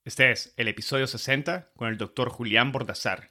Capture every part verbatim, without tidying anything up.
Este es el episodio sesenta con el doctor Julián Bordazar.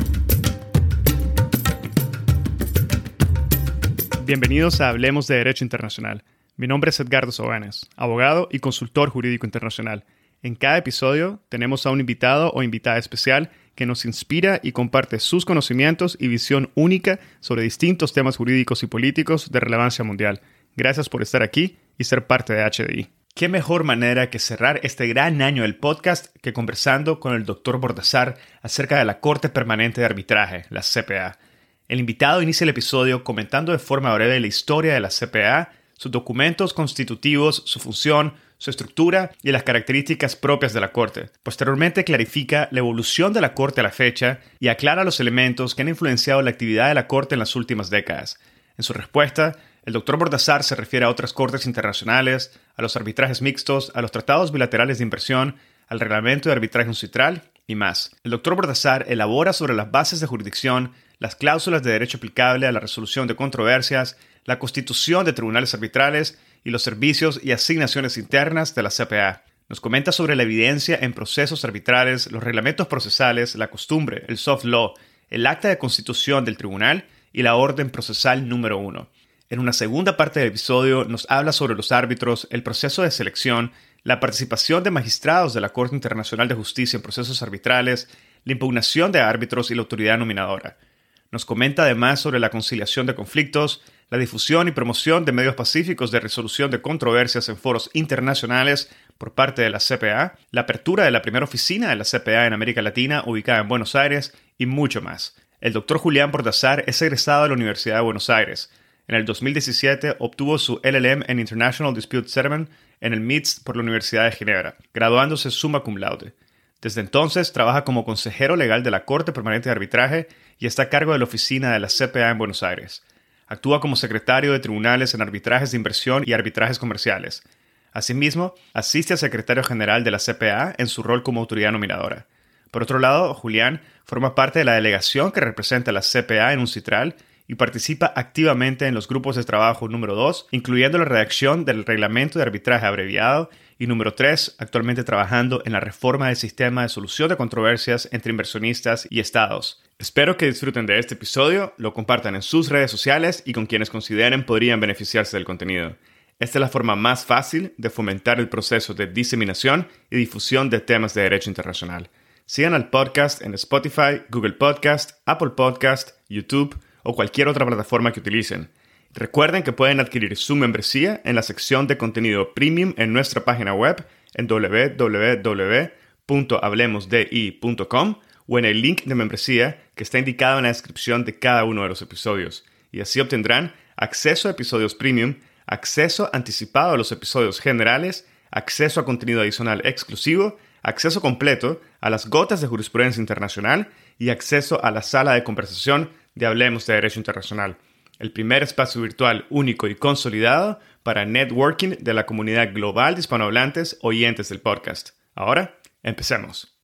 Bienvenidos a Hablemos de Derecho Internacional. Mi nombre es Edgardo Sobanes, abogado y consultor jurídico internacional. En cada episodio tenemos a un invitado o invitada especial que nos inspira y comparte sus conocimientos y visión única sobre distintos temas jurídicos y políticos de relevancia mundial. Gracias por estar aquí y ser parte de H D I. ¿Qué mejor manera que cerrar este gran año del podcast que conversando con el doctor Bordazar acerca de la Corte Permanente de Arbitraje, la C P A? El invitado inicia el episodio comentando de forma breve la historia de la C P A, sus documentos constitutivos, su función, su estructura y las características propias de la Corte. Posteriormente clarifica la evolución de la Corte a la fecha y aclara los elementos que han influenciado la actividad de la Corte en las últimas décadas. En su respuesta, el doctor Bordazar se refiere a otras cortes internacionales, a los arbitrajes mixtos, a los tratados bilaterales de inversión, al reglamento de arbitraje uncitral y más. El doctor Bordazar elabora sobre las bases de jurisdicción, las cláusulas de derecho aplicable a la resolución de controversias, la constitución de tribunales arbitrales y los servicios y asignaciones internas de la C P A. Nos comenta sobre la evidencia en procesos arbitrales, los reglamentos procesales, la costumbre, el soft law, el acta de constitución del tribunal y la orden procesal número uno. En una segunda parte del episodio nos habla sobre los árbitros, el proceso de selección, la participación de magistrados de la Corte Internacional de Justicia en procesos arbitrales, la impugnación de árbitros y la autoridad nominadora. Nos comenta además sobre la conciliación de conflictos, la difusión y promoción de medios pacíficos de resolución de controversias en foros internacionales por parte de la C P A, la apertura de la primera oficina de la C P A en América Latina ubicada en Buenos Aires y mucho más. El doctor Julián Bordazar es egresado de la Universidad de Buenos Aires. En el dos mil diecisiete obtuvo su L L M en International Dispute Settlement en el M I T S por la Universidad de Ginebra, graduándose summa cum laude. Desde entonces trabaja como consejero legal de la Corte Permanente de Arbitraje y está a cargo de la oficina de la C P A en Buenos Aires. Actúa como secretario de tribunales en arbitrajes de inversión y arbitrajes comerciales. Asimismo, asiste al secretario general de la C P A en su rol como autoridad nominadora. Por otro lado, Julián forma parte de la delegación que representa a la C P A en UNCITRAL y participa activamente en los grupos de trabajo número dos, incluyendo la redacción del reglamento de arbitraje abreviado, y número tres, actualmente trabajando en la reforma del sistema de solución de controversias entre inversionistas y estados. Espero que disfruten de este episodio, lo compartan en sus redes sociales y con quienes consideren podrían beneficiarse del contenido. Esta es la forma más fácil de fomentar el proceso de diseminación y difusión de temas de derecho internacional. Sigan al podcast en Spotify, Google Podcast, Apple Podcast, YouTube o cualquier otra plataforma que utilicen. Recuerden que pueden adquirir su membresía en la sección de contenido premium en nuestra página web en doble u doble u doble u punto hablemos d i punto com o en el link de membresía que está indicado en la descripción de cada uno de los episodios. Y así obtendrán acceso a episodios premium, acceso anticipado a los episodios generales, acceso a contenido adicional exclusivo, acceso completo a las gotas de jurisprudencia internacional y acceso a la sala de conversación de Hablemos de Derecho Internacional, el primer espacio virtual único y consolidado para networking de la comunidad global de hispanohablantes oyentes del podcast. Ahora, empecemos.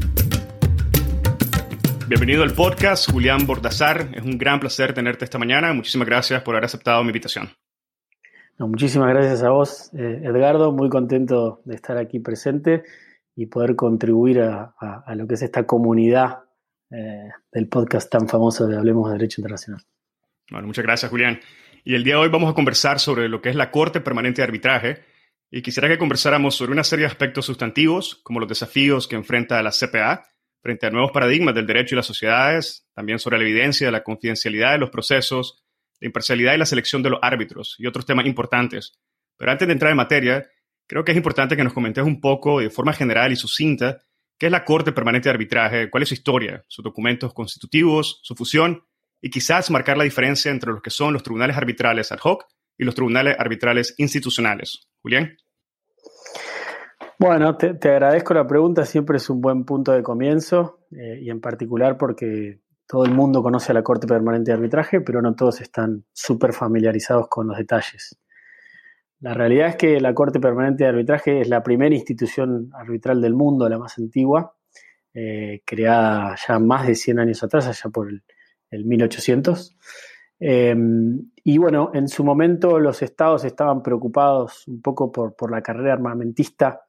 Bienvenido al podcast, Julián Bordazar. Es un gran placer tenerte esta mañana. Muchísimas gracias por haber aceptado mi invitación. No, muchísimas gracias a vos, eh, Edgardo. Muy contento de estar aquí presente y poder contribuir a, a, a lo que es esta comunidad Eh, del podcast tan famoso de Hablemos de Derecho Internacional. Bueno, muchas gracias, Julián. Y el día de hoy vamos a conversar sobre lo que es la Corte Permanente de Arbitraje y quisiera que conversáramos sobre una serie de aspectos sustantivos, como los desafíos que enfrenta la C P A frente a nuevos paradigmas del derecho y las sociedades, también sobre la evidencia de la confidencialidad de los procesos, la imparcialidad y la selección de los árbitros y otros temas importantes. Pero antes de entrar en materia, creo que es importante que nos comentes un poco de forma general y sucinta ¿qué es la Corte Permanente de Arbitraje? ¿Cuál es su historia, sus documentos constitutivos, su fusión? Y quizás marcar la diferencia entre los que son los tribunales arbitrales ad hoc y los tribunales arbitrales institucionales. Julián. Bueno, te, te agradezco la pregunta. Siempre es un buen punto de comienzo eh, y en particular porque todo el mundo conoce a la Corte Permanente de Arbitraje, pero no todos están súper familiarizados con los detalles. La realidad es que la Corte Permanente de Arbitraje es la primera institución arbitral del mundo, la más antigua, eh, creada ya más de cien años atrás, allá por el, el mil ochocientos. Eh, y bueno, en su momento los estados estaban preocupados un poco por, por la carrera armamentista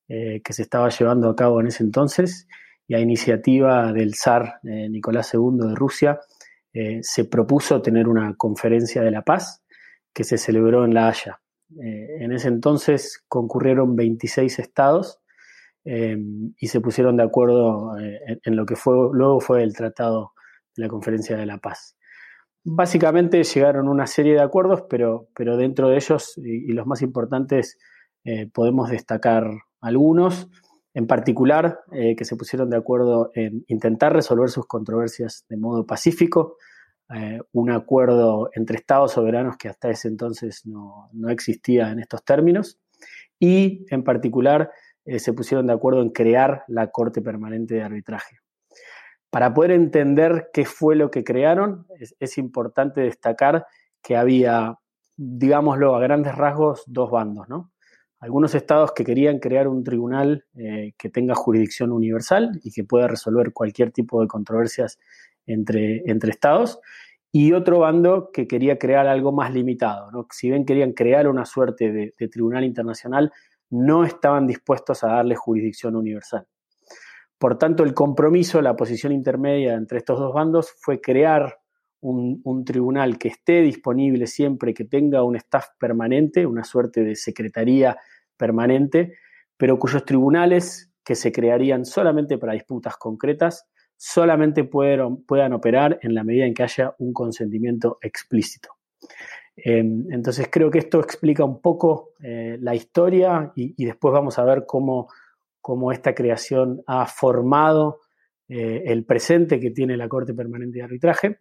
eh, que se estaba llevando a cabo en ese entonces, y a iniciativa del zar eh, Nicolás segundo de Rusia, eh, se propuso tener una conferencia de la paz que se celebró en La Haya. Eh, en ese entonces concurrieron veintiséis estados eh, y se pusieron de acuerdo eh, en, en lo que fue, luego fue el Tratado de la Conferencia de la Paz. Básicamente llegaron una serie de acuerdos, pero, pero dentro de ellos, y, y los más importantes, eh, podemos destacar algunos, en particular, eh, que se pusieron de acuerdo en intentar resolver sus controversias de modo pacífico, eh, un acuerdo entre estados soberanos que hasta ese entonces no, no existía en estos términos, y en particular eh, se pusieron de acuerdo en crear la Corte Permanente de Arbitraje. Para poder entender qué fue lo que crearon, es, es importante destacar que había, digámoslo a grandes rasgos, dos bandos, ¿no? Algunos estados que querían crear un tribunal eh, que tenga jurisdicción universal y que pueda resolver cualquier tipo de controversias entre, entre estados, y otro bando que quería crear algo más limitado, ¿no? Si bien querían crear una suerte de, de tribunal internacional, no estaban dispuestos a darle jurisdicción universal. Por tanto, el compromiso, la posición intermedia entre estos dos bandos fue crear un, un tribunal que esté disponible siempre, que tenga un staff permanente, una suerte de secretaría permanente, pero cuyos tribunales, que se crearían solamente para disputas concretas, solamente puedan, puedan operar en la medida en que haya un consentimiento explícito. Eh, entonces creo que esto explica un poco eh, la historia y, y después vamos a ver cómo cómo esta creación ha formado eh, el presente que tiene la Corte Permanente de Arbitraje.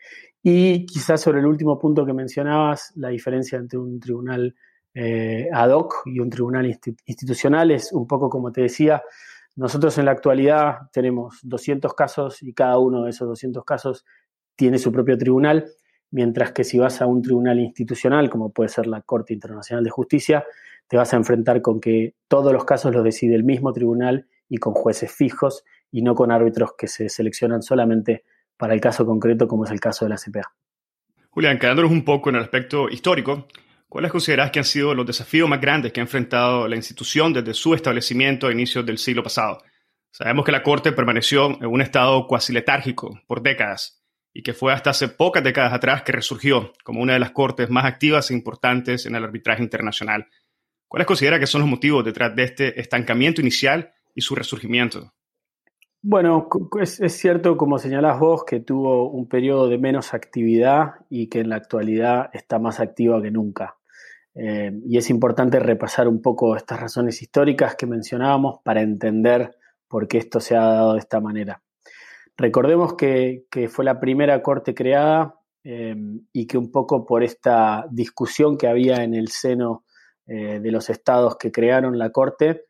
Y quizás sobre el último punto que mencionabas, la diferencia entre un tribunal eh, ad hoc y un tribunal instit- institucional es un poco como te decía. Nosotros en la actualidad tenemos doscientos casos y cada uno de esos doscientos casos tiene su propio tribunal, mientras que si vas a un tribunal institucional, como puede ser la Corte Internacional de Justicia, te vas a enfrentar con que todos los casos los decide el mismo tribunal y con jueces fijos y no con árbitros que se seleccionan solamente para el caso concreto, como es el caso de la C P A. Julián, quedándonos un poco en el aspecto histórico, ¿cuáles consideras que han sido los desafíos más grandes que ha enfrentado la institución desde su establecimiento a inicios del siglo pasado? Sabemos que la Corte permaneció en un estado cuasi letárgico por décadas y que fue hasta hace pocas décadas atrás que resurgió como una de las cortes más activas e importantes en el arbitraje internacional. ¿Cuáles considera que son los motivos detrás de este estancamiento inicial y su resurgimiento? Bueno, es, es cierto, como señalás vos, que tuvo un periodo de menos actividad y que en la actualidad está más activa que nunca. Eh, y es importante repasar un poco estas razones históricas que mencionábamos para entender por qué esto se ha dado de esta manera. Recordemos que, que fue la primera corte creada eh, y que un poco por esta discusión que había en el seno eh, de los estados que crearon la corte,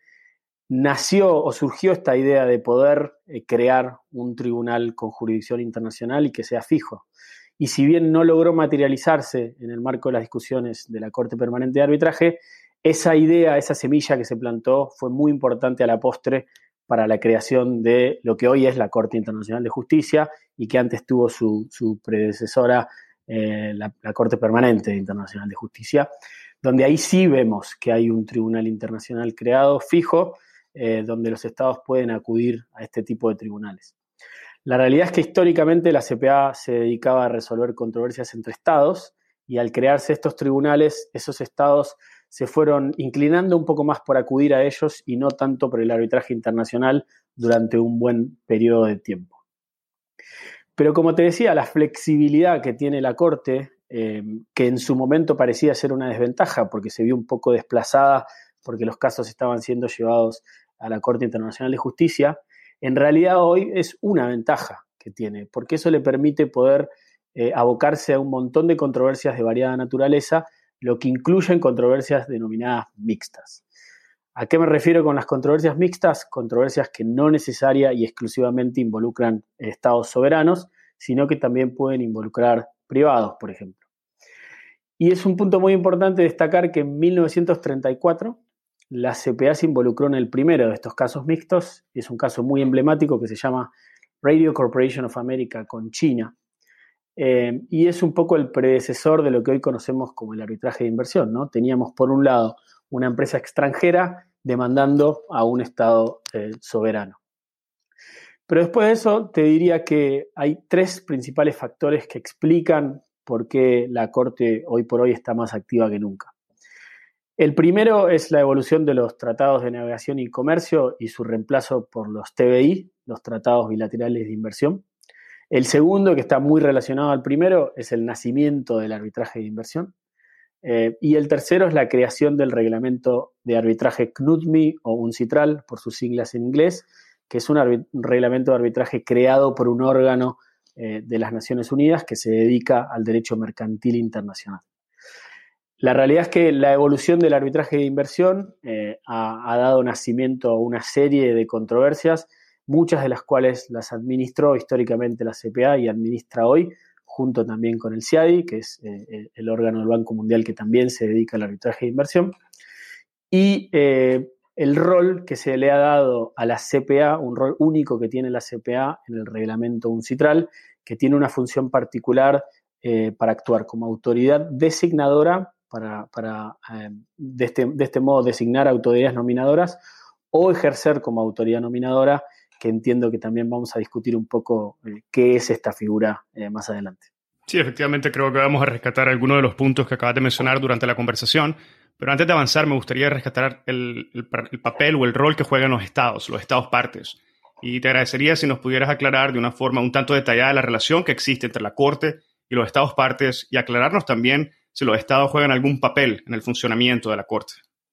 nació o surgió esta idea de poder eh, crear un tribunal con jurisdicción internacional y que sea fijo. Y si bien no logró materializarse en el marco de las discusiones de la Corte Permanente de Arbitraje, esa idea, esa semilla que se plantó fue muy importante a la postre para la creación de lo que hoy es la Corte Internacional de Justicia y que antes tuvo su, su predecesora, eh, la, la Corte Permanente Internacional de Justicia, donde ahí sí vemos que hay un tribunal internacional creado, fijo, eh, donde los estados pueden acudir a este tipo de tribunales. La realidad es que históricamente la C P A se dedicaba a resolver controversias entre estados y al crearse estos tribunales, esos estados se fueron inclinando un poco más por acudir a ellos y no tanto por el arbitraje internacional durante un buen periodo de tiempo. Pero como te decía, la flexibilidad que tiene la Corte, eh, que en su momento parecía ser una desventaja porque se vio un poco desplazada porque los casos estaban siendo llevados a la Corte Internacional de Justicia, en realidad hoy es una ventaja que tiene, porque eso le permite poder eh, abocarse a un montón de controversias de variada naturaleza, lo que incluyen controversias denominadas mixtas. ¿A qué me refiero con las controversias mixtas? Controversias que no necesaria y exclusivamente involucran estados soberanos, sino que también pueden involucrar privados, por ejemplo. Y es un punto muy importante destacar que en mil novecientos treinta y cuatro la C P A se involucró en el primero de estos casos mixtos. Es un caso muy emblemático que se llama Radio Corporation of America con China. Eh, y es un poco el predecesor de lo que hoy conocemos como el arbitraje de inversión, ¿no? Teníamos por un lado una empresa extranjera demandando a un Estado eh, soberano. Pero después de eso, te diría que hay tres principales factores que explican por qué la Corte hoy por hoy está más activa que nunca. El primero es la evolución de los tratados de navegación y comercio y su reemplazo por los T B I, los tratados bilaterales de inversión. El segundo, que está muy relacionado al primero, es el nacimiento del arbitraje de inversión. Eh, y el tercero es la creación del reglamento de arbitraje C N U D M I o UNCITRAL, por sus siglas en inglés, que es un, un reglamento de arbitraje creado por un órgano eh, de las Naciones Unidas que se dedica al derecho mercantil internacional. La realidad es que la evolución del arbitraje de inversión eh, ha, ha dado nacimiento a una serie de controversias, muchas de las cuales las administró históricamente la C P A y administra hoy, junto también con el C I A D I, que es eh, el órgano del Banco Mundial que también se dedica al arbitraje de inversión. Y eh, el rol que se le ha dado a la C P A, un rol único que tiene la C P A en el reglamento UNCITRAL, que tiene una función particular eh, para actuar como autoridad designadora, para, para eh, de, este, de este modo designar autoridades nominadoras o ejercer como autoridad nominadora, que entiendo que también vamos a discutir un poco eh, qué es esta figura eh, más adelante. Sí, efectivamente creo que vamos a rescatar algunos de los puntos que acabas de mencionar durante la conversación, pero antes de avanzar me gustaría rescatar el, el, el papel o el rol que juegan los estados, los estados partes. Y te agradecería si nos pudieras aclarar de una forma un tanto detallada la relación que existe entre la Corte y los estados partes y aclararnos también si los estados juegan algún papel en el funcionamiento de la Corte.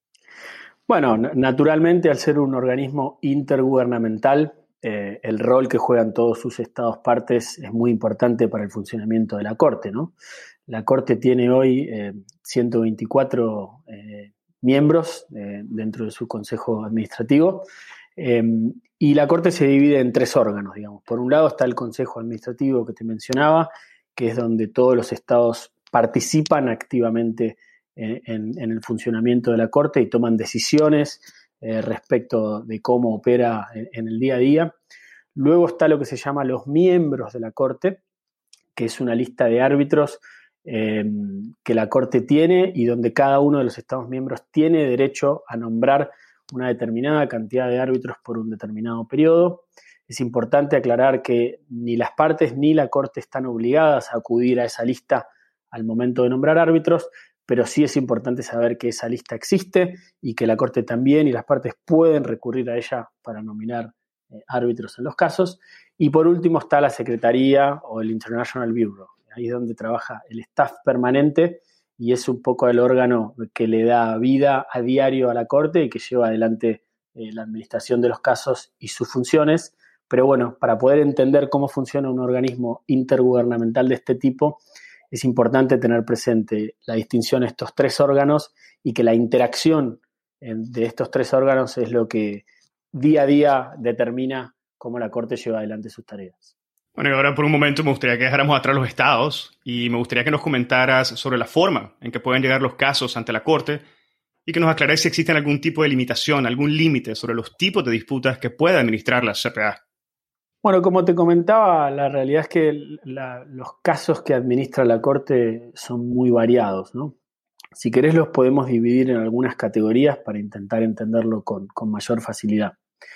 Bueno, naturalmente, al ser un organismo intergubernamental, eh, el rol que juegan todos sus estados partes es muy importante para el funcionamiento de la Corte, ¿no? La Corte tiene hoy eh, ciento veinticuatro eh, miembros eh, dentro de su consejo administrativo eh, y la Corte se divide en tres órganos, digamos. Por un lado está el consejo administrativo que te mencionaba, que es donde todos los estados participan activamente En, en el funcionamiento de la Corte y toman decisiones eh, respecto de cómo opera en, en el día a día. Luego está lo que se llama los miembros de la Corte, que es una lista de árbitros eh, que la Corte tiene y donde cada uno de los Estados miembros tiene derecho a nombrar una determinada cantidad de árbitros por un determinado periodo. Es importante aclarar que ni las partes ni la Corte están obligadas a acudir a esa lista al momento de nombrar árbitros, pero sí es importante saber que esa lista existe y que la Corte también y las partes pueden recurrir a ella para nominar eh, árbitros en los casos. Y por último está la Secretaría o el International Bureau. Ahí es donde trabaja el staff permanente y es un poco el órgano que le da vida a diario a la Corte y que lleva adelante eh, la administración de los casos y sus funciones. Pero bueno, para poder entender cómo funciona un organismo intergubernamental de este tipo, es importante tener presente la distinción de estos tres órganos y que la interacción de estos tres órganos es lo que día a día determina cómo la Corte lleva adelante sus tareas. Bueno, y ahora por un momento me gustaría que dejáramos atrás los estados y me gustaría que nos comentaras sobre la forma en que pueden llegar los casos ante la Corte y que nos aclares si existe algún tipo de limitación, algún límite sobre los tipos de disputas que puede administrar la C P A. Bueno, como te comentaba, la realidad es que la, los casos que administra la Corte son muy variados, ¿no? Si querés los podemos dividir en algunas categorías para intentar entenderlo con, con mayor facilidad.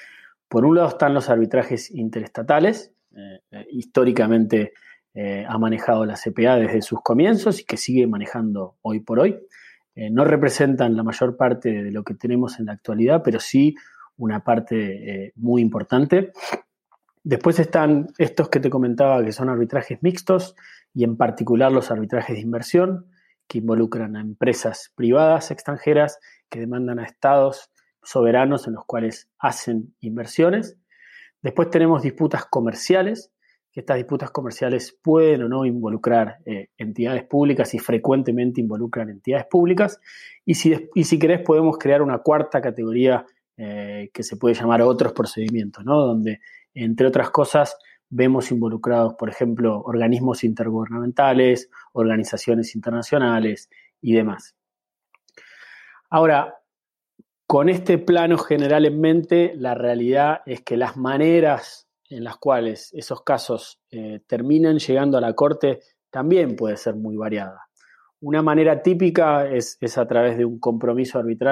Por un lado están los arbitrajes interestatales, eh, eh, históricamente eh, ha manejado la C P A desde sus comienzos y que sigue manejando hoy por hoy. Eh, no representan la mayor parte de lo que tenemos en la actualidad, pero sí una parte eh, muy importante. Después están estos que te comentaba que son arbitrajes mixtos y en particular los arbitrajes de inversión que involucran a empresas privadas extranjeras que demandan a estados soberanos en los cuales hacen inversiones. Después tenemos disputas comerciales, que estas disputas comerciales pueden o no involucrar eh, entidades públicas y frecuentemente involucran entidades públicas. Y si, y si querés podemos crear una cuarta categoría eh, que se puede llamar otros procedimientos, ¿no? Donde entre otras cosas, vemos involucrados, por ejemplo, organismos intergubernamentales, organizaciones internacionales y demás. Ahora, con este plano general en mente, la realidad es que las maneras en las cuales esos casos eh, terminan llegando a la Corte también puede ser muy variada. Una manera típica es, es a través de un compromiso arbitral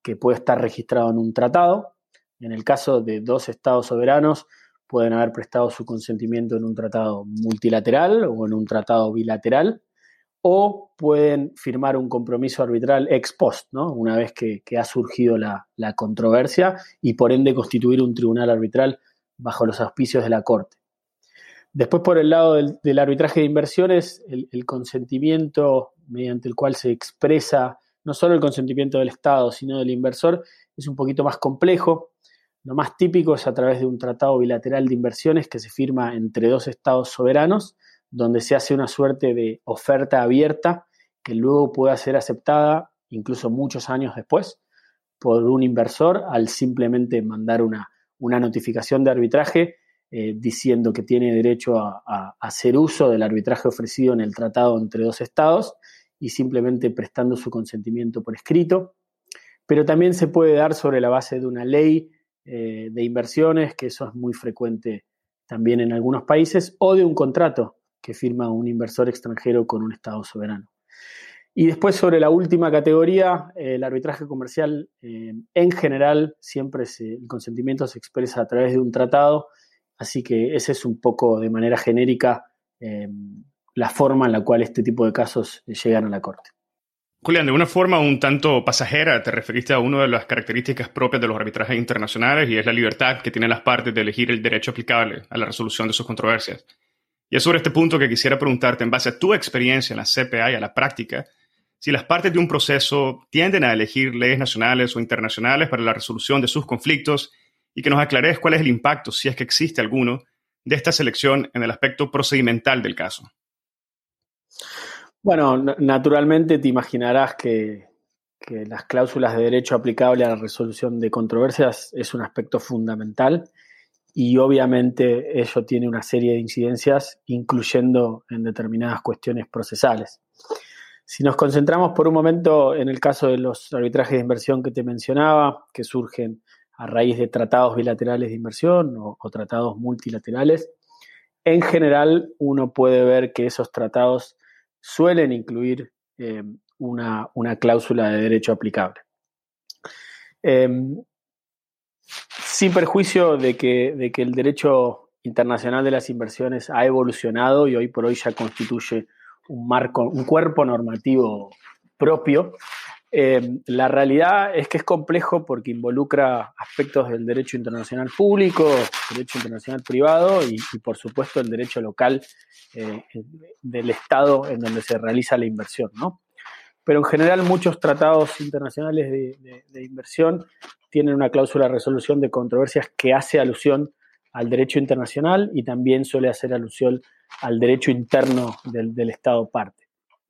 que puede estar registrado en un tratado. En el caso de dos estados soberanos, pueden haber prestado su consentimiento en un tratado multilateral o en un tratado bilateral, o pueden firmar un compromiso arbitral ex post, ¿no? Una vez que, que ha surgido la, la controversia, y por ende constituir un tribunal arbitral bajo los auspicios de la Corte. Después, por el lado del, del arbitraje de inversiones, el, el consentimiento mediante el cual se expresa no solo el consentimiento del Estado, sino del inversor, es un poquito más complejo. Lo más típico es a través de un tratado bilateral de inversiones que se firma entre dos estados soberanos, donde se hace una suerte de oferta abierta que luego pueda ser aceptada, incluso muchos años después, por un inversor al simplemente mandar una, una notificación de arbitraje eh, diciendo que tiene derecho a, a, a hacer uso del arbitraje ofrecido en el tratado entre dos estados y simplemente prestando su consentimiento por escrito. Pero también se puede dar sobre la base de una ley eh, de inversiones, que eso es muy frecuente también en algunos países, o de un contrato que firma un inversor extranjero con un Estado soberano. Y después, sobre la última categoría, eh, el arbitraje comercial, eh, en general, siempre se, el consentimiento se expresa a través de un tratado, así que ese es un poco, de manera genérica, eh, la forma en la cual este tipo de casos llegan a la Corte. Julián, de una forma un tanto pasajera, te referiste a una de las características propias de los arbitrajes internacionales, y es la libertad que tienen las partes de elegir el derecho aplicable a la resolución de sus controversias. Y es sobre este punto que quisiera preguntarte, en base a tu experiencia en la C P A y a la práctica, si las partes de un proceso tienden a elegir leyes nacionales o internacionales para la resolución de sus conflictos, y que nos aclares cuál es el impacto, si es que existe alguno, de esta selección en el aspecto procedimental del caso. Bueno, naturalmente te imaginarás que, que las cláusulas de derecho aplicable a la resolución de controversias es un aspecto fundamental, y obviamente ello tiene una serie de incidencias, incluyendo en determinadas cuestiones procesales. Si nos concentramos por un momento en el caso de los arbitrajes de inversión que te mencionaba, que surgen a raíz de tratados bilaterales de inversión o, o tratados multilaterales, en general uno puede ver que esos tratados suelen incluir eh, una, una cláusula de derecho aplicable. Eh, sin perjuicio de que, de que el derecho internacional de las inversiones ha evolucionado y hoy por hoy ya constituye un marco, un cuerpo normativo propio, eh, la realidad es que es complejo porque involucra aspectos del derecho internacional público, derecho internacional privado y, y por supuesto el derecho local eh, del Estado en donde se realiza la inversión, ¿no? Pero en general muchos tratados internacionales de, de, de inversión tienen una cláusula de resolución de controversias que hace alusión al derecho internacional y también suele hacer alusión al derecho interno del, del Estado parte.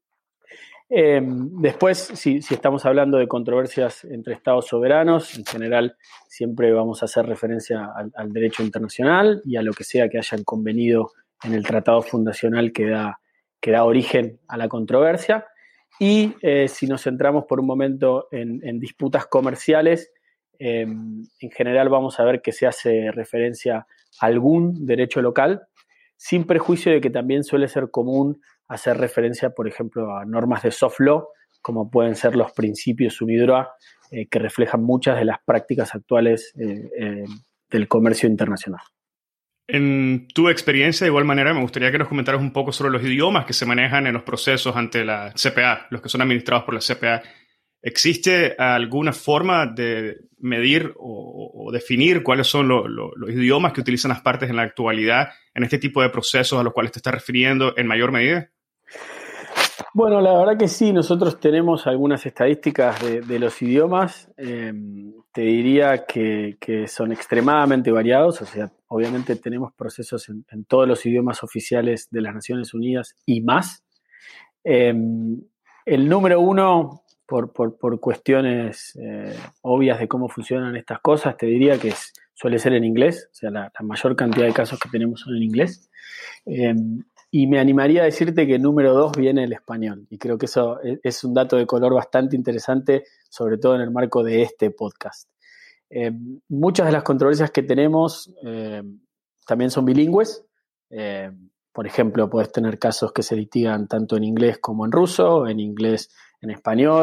Eh, después, si, si estamos hablando de controversias entre Estados soberanos, en general siempre vamos a hacer referencia al, al derecho internacional y a lo que sea que hayan convenido en el tratado fundacional que da, que da origen a la controversia. Y eh, si nos centramos por un momento en, en disputas comerciales, eh, en general vamos a ver que se hace referencia a algún derecho local, sin perjuicio de que también suele ser común hacer referencia, por ejemplo, a normas de soft law, como pueden ser los principios UNIDROIT, eh, que reflejan muchas de las prácticas actuales eh, eh, del comercio internacional. En tu experiencia, de igual manera, me gustaría que nos comentaras un poco sobre los idiomas que se manejan en los procesos ante la C P A, los que son administrados por la C P A. ¿Existe alguna forma de medir o, o definir cuáles son lo, lo, los idiomas que utilizan las partes en la actualidad en este tipo de procesos a los cuales te estás refiriendo en mayor medida? Bueno, la verdad que sí, nosotros tenemos algunas estadísticas de, de los idiomas. Eh, te diría que, que son extremadamente variados, o sea, obviamente tenemos procesos en, en todos los idiomas oficiales de las Naciones Unidas y más. Eh, el número uno, por, por, por cuestiones eh, obvias de cómo funcionan estas cosas, te diría que es, suele ser en inglés, o sea, la, la mayor cantidad de casos que tenemos son en inglés. Eh, Y me animaría a decirte que número dos viene el español. Y creo que eso es un dato de color bastante interesante, sobre todo en el marco de este podcast. Eh, muchas de las controversias que tenemos eh, también son bilingües. Eh, por ejemplo, puedes tener casos que se litigan tanto en inglés como en ruso, en inglés, en español,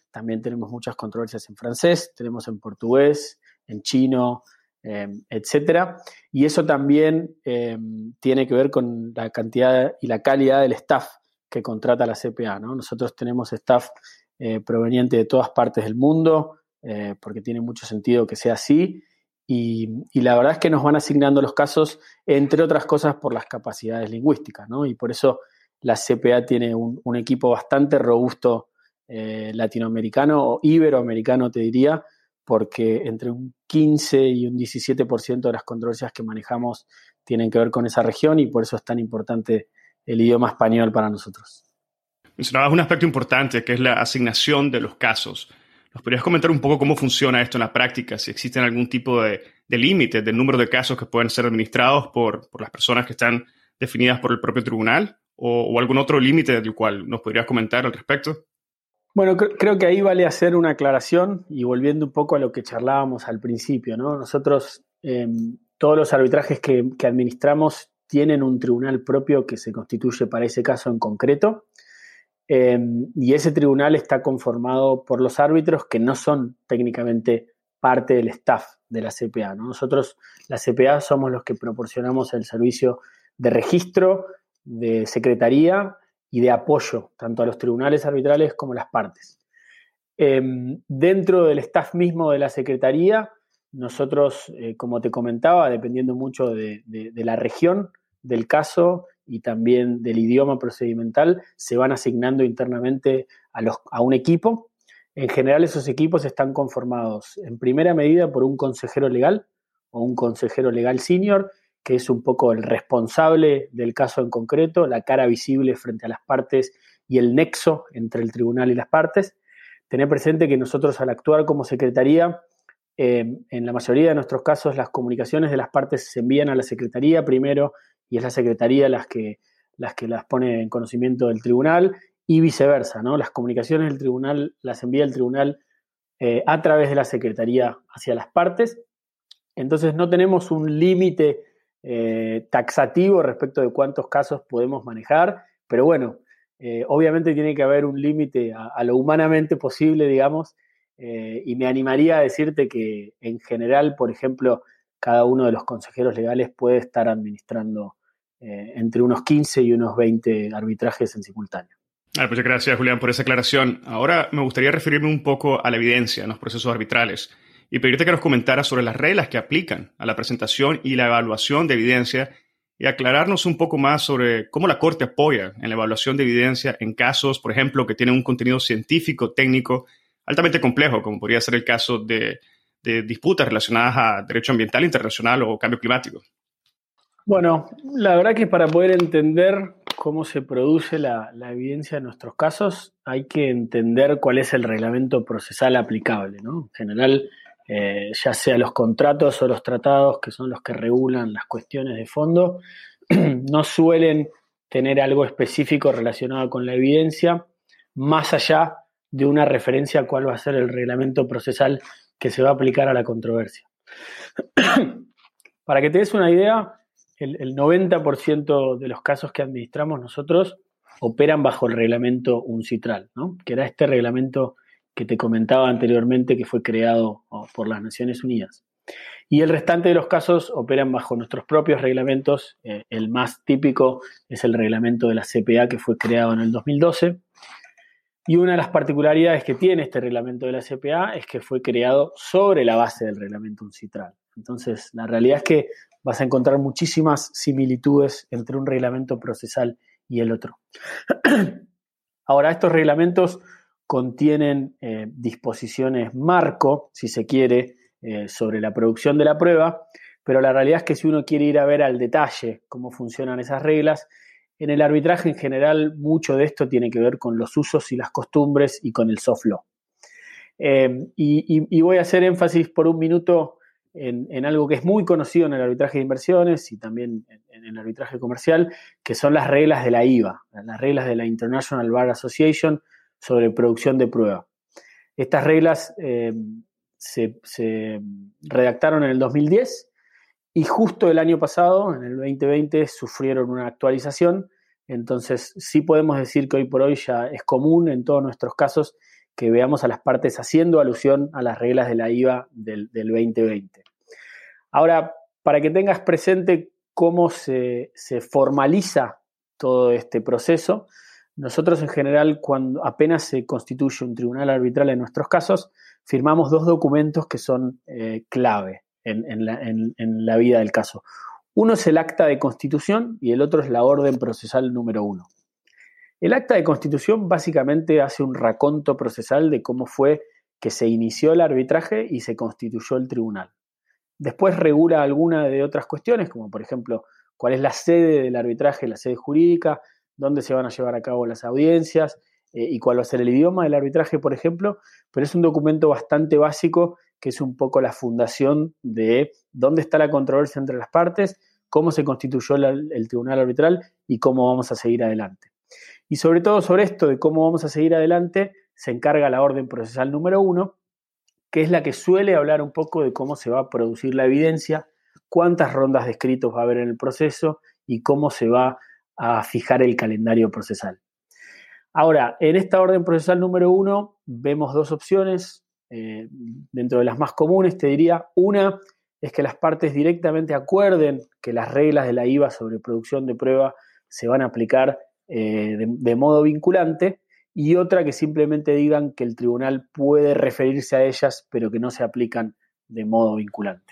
también tenemos muchas controversias en francés, tenemos en portugués, en chino, eh, etcétera. Y eso también eh, tiene que ver con la cantidad y la calidad del staff que contrata la C P A, ¿no? Nosotros tenemos staff eh, proveniente de todas partes del mundo, eh, porque tiene mucho sentido que sea así. Y, y la verdad es que nos van asignando los casos, entre otras cosas, por las capacidades lingüísticas, ¿no? Y por eso la C P A tiene un, un equipo bastante robusto eh, latinoamericano o iberoamericano, te diría, porque entre un quince y un diecisiete por ciento de las controversias que manejamos tienen que ver con esa región y por eso es tan importante el idioma español para nosotros. Mencionabas un aspecto importante que es la asignación de los casos. ¿Nos podrías comentar un poco cómo funciona esto en la práctica? Si existen algún tipo de, de límite del número de casos que pueden ser administrados por, por las personas que están definidas por el propio tribunal o, o algún otro límite del cual nos podrías comentar al respecto. Bueno, cr- creo que ahí vale hacer una aclaración y volviendo un poco a lo que charlábamos al principio, ¿no? Nosotros, eh, todos los arbitrajes que, que administramos tienen un tribunal propio que se constituye para ese caso en concreto. Eh, y ese tribunal está conformado por los árbitros que no son técnicamente parte del staff de la C P A, ¿no? Nosotros, la C P A, somos los que proporcionamos el servicio de registro, de secretaría y de apoyo, tanto a los tribunales arbitrales como a las partes. Eh, dentro del staff mismo de la secretaría, nosotros, eh, como te comentaba, dependiendo mucho de, de, de la región del caso y también del idioma procedimental, se van asignando internamente a, los, a un equipo. En general, esos equipos están conformados en primera medida por un consejero legal o un consejero legal senior, que es un poco el responsable del caso en concreto, la cara visible frente a las partes y el nexo entre el tribunal y las partes. Tener presente que nosotros, al actuar como secretaría, eh, en la mayoría de nuestros casos las comunicaciones de las partes se envían a la secretaría primero y es la secretaría las que, las que las pone en conocimiento del tribunal y viceversa, ¿no? Las comunicaciones del tribunal las envía el tribunal eh, a través de la secretaría hacia las partes. Entonces no tenemos un límite eh, taxativo respecto de cuántos casos podemos manejar, pero bueno, eh, obviamente tiene que haber un límite a, a lo humanamente posible, digamos, eh, y me animaría a decirte que en general, por ejemplo, cada uno de los consejeros legales puede estar administrando eh, entre unos quince y unos veinte arbitrajes en simultáneo. Ah, pues gracias, Julián, por esa aclaración. Ahora me gustaría referirme un poco a la evidencia en los procesos arbitrales y pedirte que nos comentaras sobre las reglas que aplican a la presentación y la evaluación de evidencia y aclararnos un poco más sobre cómo la Corte apoya en la evaluación de evidencia en casos, por ejemplo, que tienen un contenido científico, técnico, altamente complejo, como podría ser el caso de, de disputas relacionadas a derecho ambiental internacional o cambio climático. Bueno, la verdad que para poder entender cómo se produce la, la evidencia en nuestros casos, hay que entender cuál es el reglamento procesal aplicable, ¿no? En general, eh, ya sea los contratos o los tratados, que son los que regulan las cuestiones de fondo, no suelen tener algo específico relacionado con la evidencia, más allá de una referencia a cuál va a ser el reglamento procesal que se va a aplicar a la controversia. Para que te des una idea, el, el noventa por ciento de los casos que administramos nosotros operan bajo el reglamento UNCITRAL, ¿no? Que era este reglamento que te comentaba anteriormente que fue creado por las Naciones Unidas. Y el restante de los casos operan bajo nuestros propios reglamentos. Eh, el más típico es el reglamento de la C P A que fue creado en el dos mil doce. Y una de las particularidades que tiene este reglamento de la C P A es que fue creado sobre la base del reglamento UNCITRAL. Entonces, la realidad es que vas a encontrar muchísimas similitudes entre un reglamento procesal y el otro. Ahora, estos reglamentos contienen eh, disposiciones marco, si se quiere, eh, sobre la producción de la prueba, pero la realidad es que si uno quiere ir a ver al detalle cómo funcionan esas reglas, en el arbitraje en general mucho de esto tiene que ver con los usos y las costumbres y con el soft law. Eh, y, y, y voy a hacer énfasis por un minuto en, en algo que es muy conocido en el arbitraje de inversiones y también en, en el arbitraje comercial, que son las reglas de la I V A, las reglas de la International Bar Association sobre producción de prueba. Estas reglas eh, se, se redactaron en el dos mil diez y justo el año pasado, en el veinte veinte, sufrieron una actualización. Entonces, sí podemos decir que hoy por hoy ya es común en todos nuestros casos que veamos a las partes haciendo alusión a las reglas de la I V A del, del veinte veinte. Ahora, para que tengas presente cómo se, se formaliza todo este proceso, nosotros en general, cuando apenas se constituye un tribunal arbitral en nuestros casos, firmamos dos documentos que son eh, clave en, en, la, en, en la vida del caso. Uno es el acta de constitución y el otro es la orden procesal número uno. El acta de constitución básicamente hace un raconto procesal de cómo fue que se inició el arbitraje y se constituyó el tribunal. Después regula alguna de otras cuestiones, como por ejemplo, cuál es la sede del arbitraje, la sede jurídica, dónde se van a llevar a cabo las audiencias eh, y cuál va a ser el idioma del arbitraje, por ejemplo, pero es un documento bastante básico que es un poco la fundación de dónde está la controversia entre las partes, cómo se constituyó la, el tribunal arbitral y cómo vamos a seguir adelante. Y sobre todo sobre esto de cómo vamos a seguir adelante se encarga la orden procesal número uno, que es la que suele hablar un poco de cómo se va a producir la evidencia, cuántas rondas de escritos va a haber en el proceso y cómo se va a fijar el calendario procesal. Ahora, en esta orden procesal número uno vemos dos opciones, eh, dentro de las más comunes te diría. Una es que las partes directamente acuerden que las reglas de la I V A sobre producción de prueba se van a aplicar eh, de, de modo vinculante, y otra que simplemente digan que el tribunal puede referirse a ellas, pero que no se aplican de modo vinculante.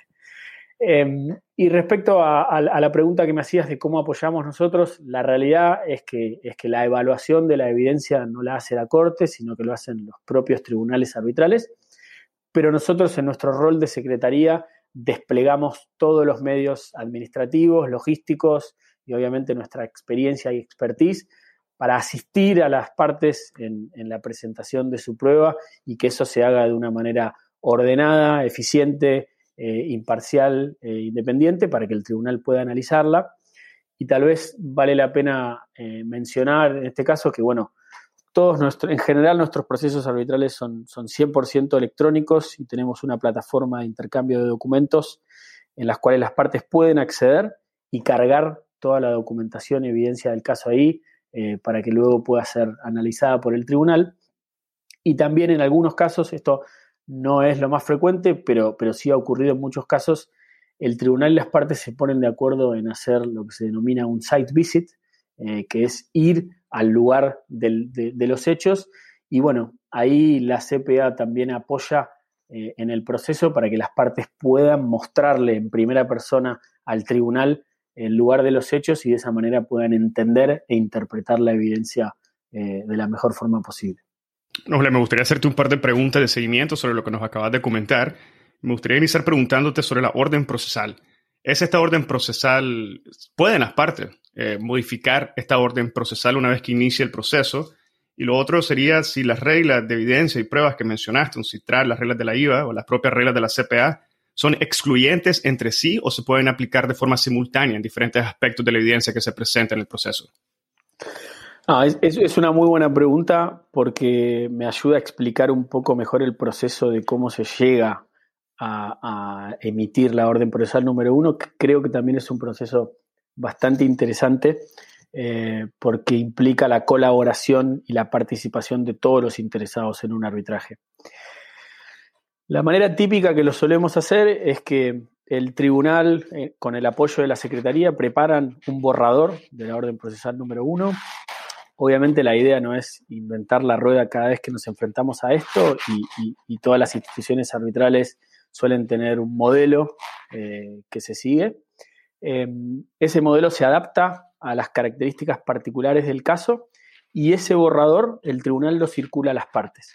Eh, y respecto a, a, a la pregunta que me hacías de cómo apoyamos nosotros, la realidad es que, es que la evaluación de la evidencia no la hace la Corte, sino que lo hacen los propios tribunales arbitrales, pero nosotros en nuestro rol de secretaría desplegamos todos los medios administrativos, logísticos y obviamente nuestra experiencia y expertise para asistir a las partes en, en la presentación de su prueba y que eso se haga de una manera ordenada, eficiente, eh, imparcial e independiente para que el tribunal pueda analizarla. Y tal vez vale la pena eh, mencionar en este caso que, bueno, todos nuestro, en general nuestros procesos arbitrales son, son cien por ciento electrónicos y tenemos una plataforma de intercambio de documentos en las cuales las partes pueden acceder y cargar toda la documentación y evidencia del caso ahí, Eh, para que luego pueda ser analizada por el tribunal. Y también en algunos casos, esto no es lo más frecuente, pero, pero sí ha ocurrido en muchos casos, el tribunal y las partes se ponen de acuerdo en hacer lo que se denomina un site visit, eh, que es ir al lugar del, de, de los hechos. Y bueno, ahí la C P A también apoya eh, en el proceso para que las partes puedan mostrarle en primera persona al tribunal el lugar de los hechos y de esa manera puedan entender e interpretar la evidencia eh, de la mejor forma posible. Noble, me gustaría hacerte un par de preguntas de seguimiento sobre lo que nos acabas de comentar. Me gustaría iniciar preguntándote sobre la orden procesal. ¿Es esta orden procesal, pueden las partes eh, modificar esta orden procesal una vez que inicie el proceso? Y lo otro sería si las reglas de evidencia y pruebas que mencionaste, un CITRAL, las reglas de la I V A o las propias reglas de la C P A, ¿son excluyentes entre sí o se pueden aplicar de forma simultánea en diferentes aspectos de la evidencia que se presenta en el proceso? Ah, es, es una muy buena pregunta porque me ayuda a explicar un poco mejor el proceso de cómo se llega a, a emitir la orden procesal número uno, que creo que también es un proceso bastante interesante eh, porque implica la colaboración y la participación de todos los interesados en un arbitraje. La manera típica que lo solemos hacer es que el tribunal, eh, con el apoyo de la Secretaría, preparan un borrador de la orden procesal número uno. Obviamente la idea no es inventar la rueda cada vez que nos enfrentamos a esto y, y, y todas las instituciones arbitrales suelen tener un modelo eh, que se sigue. Eh, ese modelo se adapta a las características particulares del caso y ese borrador el tribunal lo circula a las partes.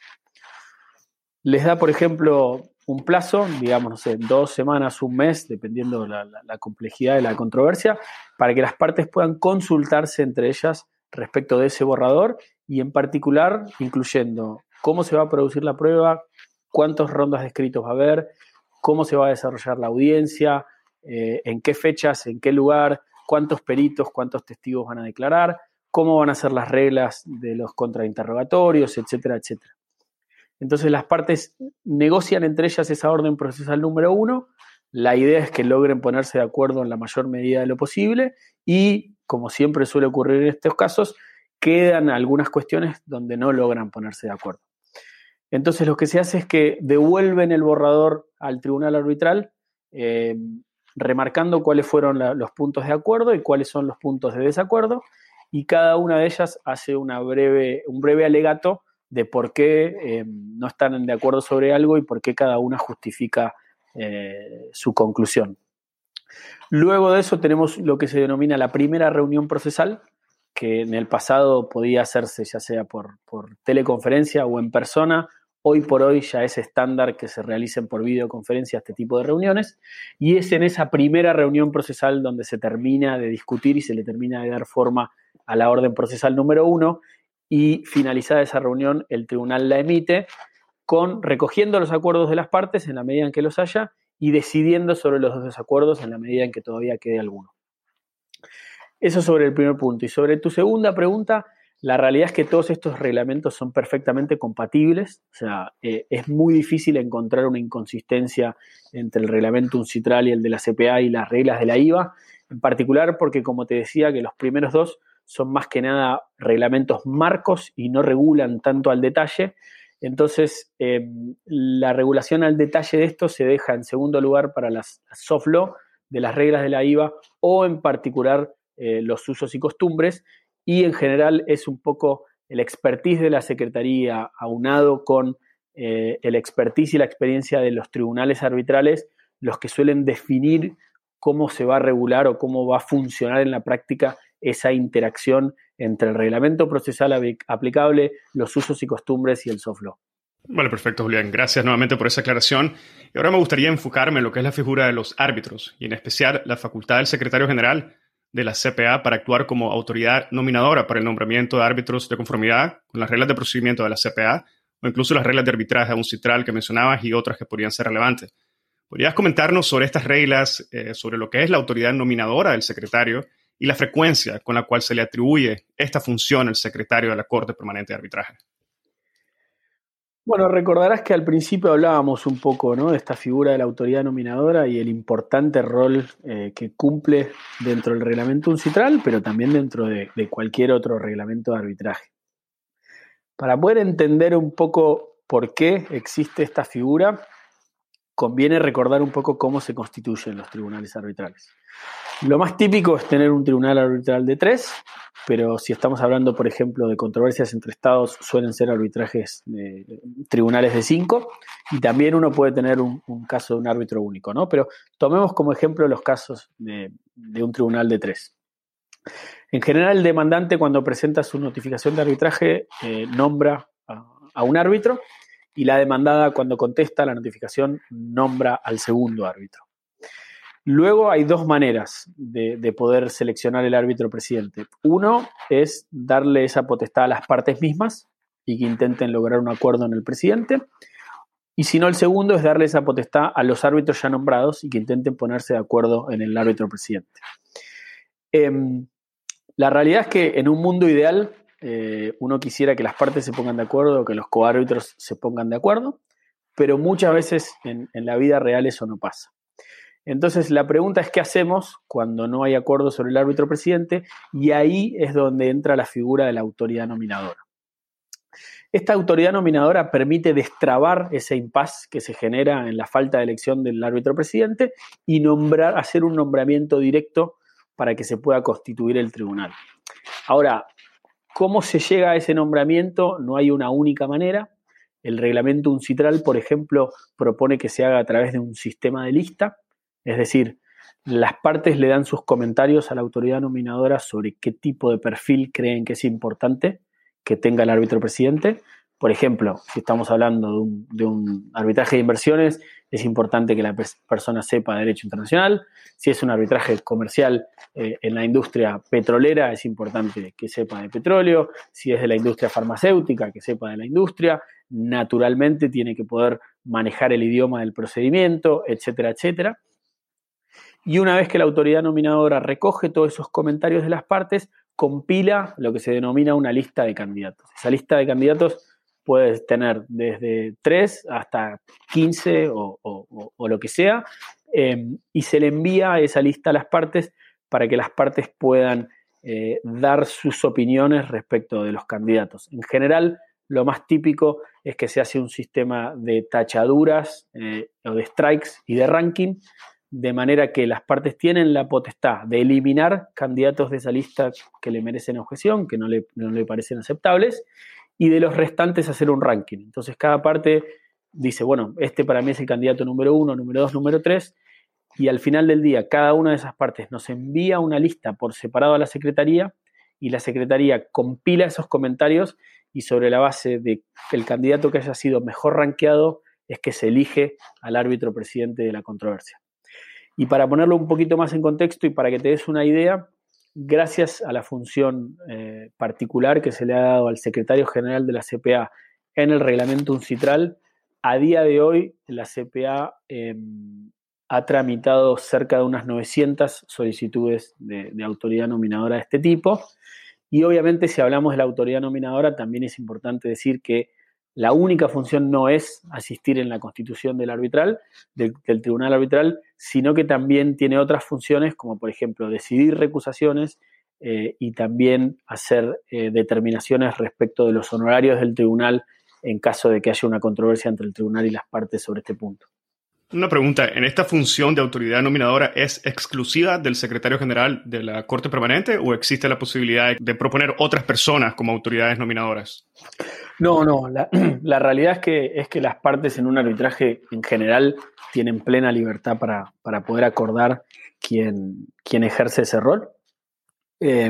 Les da, por ejemplo, un plazo, digamos, no sé, dos semanas, un mes, dependiendo de la, la, la complejidad de la controversia, para que las partes puedan consultarse entre ellas respecto de ese borrador y en particular incluyendo cómo se va a producir la prueba, cuántas rondas de escritos va a haber, cómo se va a desarrollar la audiencia, eh, en qué fechas, en qué lugar, cuántos peritos, cuántos testigos van a declarar, cómo van a ser las reglas de los contrainterrogatorios, etcétera, etcétera. Entonces las partes negocian entre ellas esa orden procesal número uno. La idea es que logren ponerse de acuerdo en la mayor medida de lo posible y, como siempre suele ocurrir en estos casos, quedan algunas cuestiones donde no logran ponerse de acuerdo. Entonces lo que se hace es que devuelven el borrador al tribunal arbitral, eh, remarcando cuáles fueron la, los puntos de acuerdo y cuáles son los puntos de desacuerdo, y cada una de ellas hace una breve, un breve alegato de por qué eh, no están de acuerdo sobre algo y por qué cada una justifica eh, su conclusión. Luego de eso tenemos lo que se denomina la primera reunión procesal, que en el pasado podía hacerse ya sea por, por teleconferencia o en persona. Hoy por hoy ya es estándar que se realicen por videoconferencia este tipo de reuniones, y es en esa primera reunión procesal donde se termina de discutir y se le termina de dar forma a la orden procesal número uno, y finalizada esa reunión el tribunal la emite con recogiendo los acuerdos de las partes en la medida en que los haya y decidiendo sobre los desacuerdos en la medida en que todavía quede alguno. Eso sobre el primer punto. Y sobre tu segunda pregunta, la realidad es que todos estos reglamentos son perfectamente compatibles. O sea, eh, es muy difícil encontrar una inconsistencia entre el reglamento UNCITRAL y el de la C P A y las reglas de la I V A, en particular porque, como te decía, que los primeros dos son más que nada reglamentos marcos y no regulan tanto al detalle. Entonces, eh, la regulación al detalle de esto se deja en segundo lugar para las, las soft law de las reglas de la I V A o en particular eh, los usos y costumbres, y en general es un poco el expertise de la Secretaría aunado con eh, el expertise y la experiencia de los tribunales arbitrales los que suelen definir cómo se va a regular o cómo va a funcionar en la práctica esa interacción entre el reglamento procesal aplicable, los usos y costumbres y el soft law. Vale, perfecto, Julián. Gracias nuevamente por esa aclaración. Y ahora me gustaría enfocarme en lo que es la figura de los árbitros y en especial la facultad del secretario general de la C P A para actuar como autoridad nominadora para el nombramiento de árbitros de conformidad con las reglas de procedimiento de la C P A o incluso las reglas de arbitraje UNCITRAL que mencionabas y otras que podrían ser relevantes. ¿Podrías comentarnos sobre estas reglas, eh, sobre lo que es la autoridad nominadora del secretario y la frecuencia con la cual se le atribuye esta función al secretario de la Corte Permanente de Arbitraje? Bueno, recordarás que al principio hablábamos un poco, ¿no?, de esta figura de la autoridad nominadora y el importante rol eh, que cumple dentro del reglamento UNCITRAL, pero también dentro de, de cualquier otro reglamento de arbitraje. Para poder entender un poco por qué existe esta figura, conviene recordar un poco cómo se constituyen los tribunales arbitrales. Lo más típico es tener un tribunal arbitral de tres, pero si estamos hablando, por ejemplo, de controversias entre estados, suelen ser arbitrajes de tribunales de cinco, y también uno puede tener un, un caso de un árbitro único, ¿no? Pero tomemos como ejemplo los casos de, de un tribunal de tres. En general, el demandante, cuando presenta su notificación de arbitraje, eh, nombra a, a un árbitro, y la demandada, cuando contesta la notificación, nombra al segundo árbitro. Luego hay dos maneras de, de poder seleccionar el árbitro presidente. Uno es darle esa potestad a las partes mismas y que intenten lograr un acuerdo en el presidente. Y si no, el segundo es darle esa potestad a los árbitros ya nombrados y que intenten ponerse de acuerdo en el árbitro presidente. Eh, la realidad es que en un mundo ideal eh, uno quisiera que las partes se pongan de acuerdo, que los coárbitros se pongan de acuerdo, pero muchas veces en, en la vida real eso no pasa. Entonces, la pregunta es qué hacemos cuando no hay acuerdo sobre el árbitro presidente, y ahí es donde entra la figura de la autoridad nominadora. Esta autoridad nominadora permite destrabar ese impasse que se genera en la falta de elección del árbitro presidente y nombrar, hacer un nombramiento directo para que se pueda constituir el tribunal. Ahora, ¿cómo se llega a ese nombramiento? No hay una única manera. El reglamento UNCITRAL, por ejemplo, propone que se haga a través de un sistema de lista. Es decir, las partes le dan sus comentarios a la autoridad nominadora sobre qué tipo de perfil creen que es importante que tenga el árbitro presidente. Por ejemplo, si estamos hablando de un, de un arbitraje de inversiones, es importante que la persona sepa derecho internacional. Si es un arbitraje comercial eh, en la industria petrolera, es importante que sepa de petróleo. Si es de la industria farmacéutica, que sepa de la industria. Naturalmente tiene que poder manejar el idioma del procedimiento, etcétera, etcétera. Y una vez que la autoridad nominadora recoge todos esos comentarios de las partes, compila lo que se denomina una lista de candidatos. Esa lista de candidatos puede tener desde tres hasta quince o, o, o lo que sea, eh, y se le envía esa lista a las partes para que las partes puedan eh, dar sus opiniones respecto de los candidatos. En general, lo más típico es que se hace un sistema de tachaduras eh, o de strikes y de ranking, de manera que las partes tienen la potestad de eliminar candidatos de esa lista que le merecen objeción, que no le, no le parecen aceptables, y de los restantes hacer un ranking. Entonces cada parte dice, bueno, este para mí es el candidato número uno, número dos, número tres, y al final del día cada una de esas partes nos envía una lista por separado a la Secretaría, y la Secretaría compila esos comentarios, y sobre la base de que el candidato que haya sido mejor rankeado es que se elige al árbitro presidente de la controversia. Y para ponerlo un poquito más en contexto y para que te des una idea, gracias a la función eh, particular que se le ha dado al secretario general de la C P A en el reglamento UNCITRAL, a día de hoy la C P A eh, ha tramitado cerca de unas novecientas solicitudes de, de autoridad nominadora de este tipo. Y obviamente si hablamos de la autoridad nominadora, también es importante decir que la única función no es asistir en la constitución del arbitral, del, del tribunal arbitral, sino que también tiene otras funciones, como por ejemplo decidir recusaciones eh, y también hacer eh, determinaciones respecto de los honorarios del tribunal en caso de que haya una controversia entre el tribunal y las partes sobre este punto. Una pregunta, ¿en esta función de autoridad nominadora es exclusiva del secretario general de la Corte Permanente o existe la posibilidad de proponer otras personas como autoridades nominadoras? No, no, la, la realidad es que, es que las partes en un arbitraje en general tienen plena libertad para, para poder acordar quién, quién ejerce ese rol. Eh,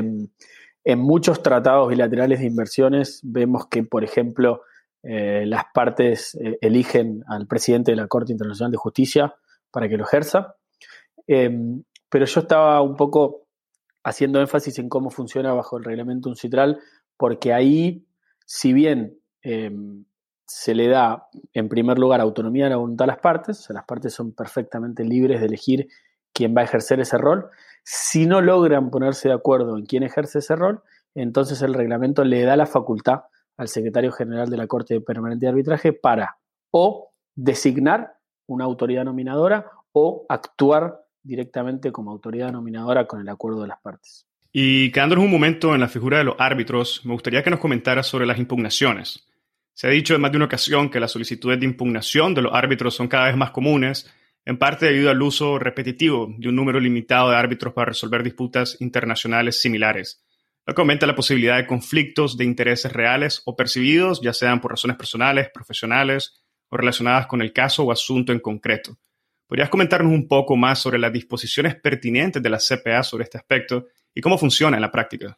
en muchos tratados bilaterales de inversiones vemos que, por ejemplo, Eh, las partes eh, eligen al presidente de la Corte Internacional de Justicia para que lo ejerza. Eh, pero yo estaba un poco haciendo énfasis en cómo funciona bajo el reglamento UNCITRAL, porque ahí, si bien eh, se le da, en primer lugar, autonomía de la voluntad a las partes, o sea, las partes son perfectamente libres de elegir quién va a ejercer ese rol. Si no logran ponerse de acuerdo en quién ejerce ese rol, entonces el reglamento le da la facultad al secretario general de la Corte Permanente de Arbitraje para o designar una autoridad nominadora o actuar directamente como autoridad nominadora con el acuerdo de las partes. Y quedándonos un momento en la figura de los árbitros, me gustaría que nos comentaras sobre las impugnaciones. Se ha dicho en más de una ocasión que las solicitudes de impugnación de los árbitros son cada vez más comunes, en parte debido al uso repetitivo de un número limitado de árbitros para resolver disputas internacionales similares, lo que aumenta la posibilidad de conflictos de intereses reales o percibidos, ya sean por razones personales, profesionales o relacionadas con el caso o asunto en concreto. ¿Podrías comentarnos un poco más sobre las disposiciones pertinentes de la C P A sobre este aspecto y cómo funciona en la práctica?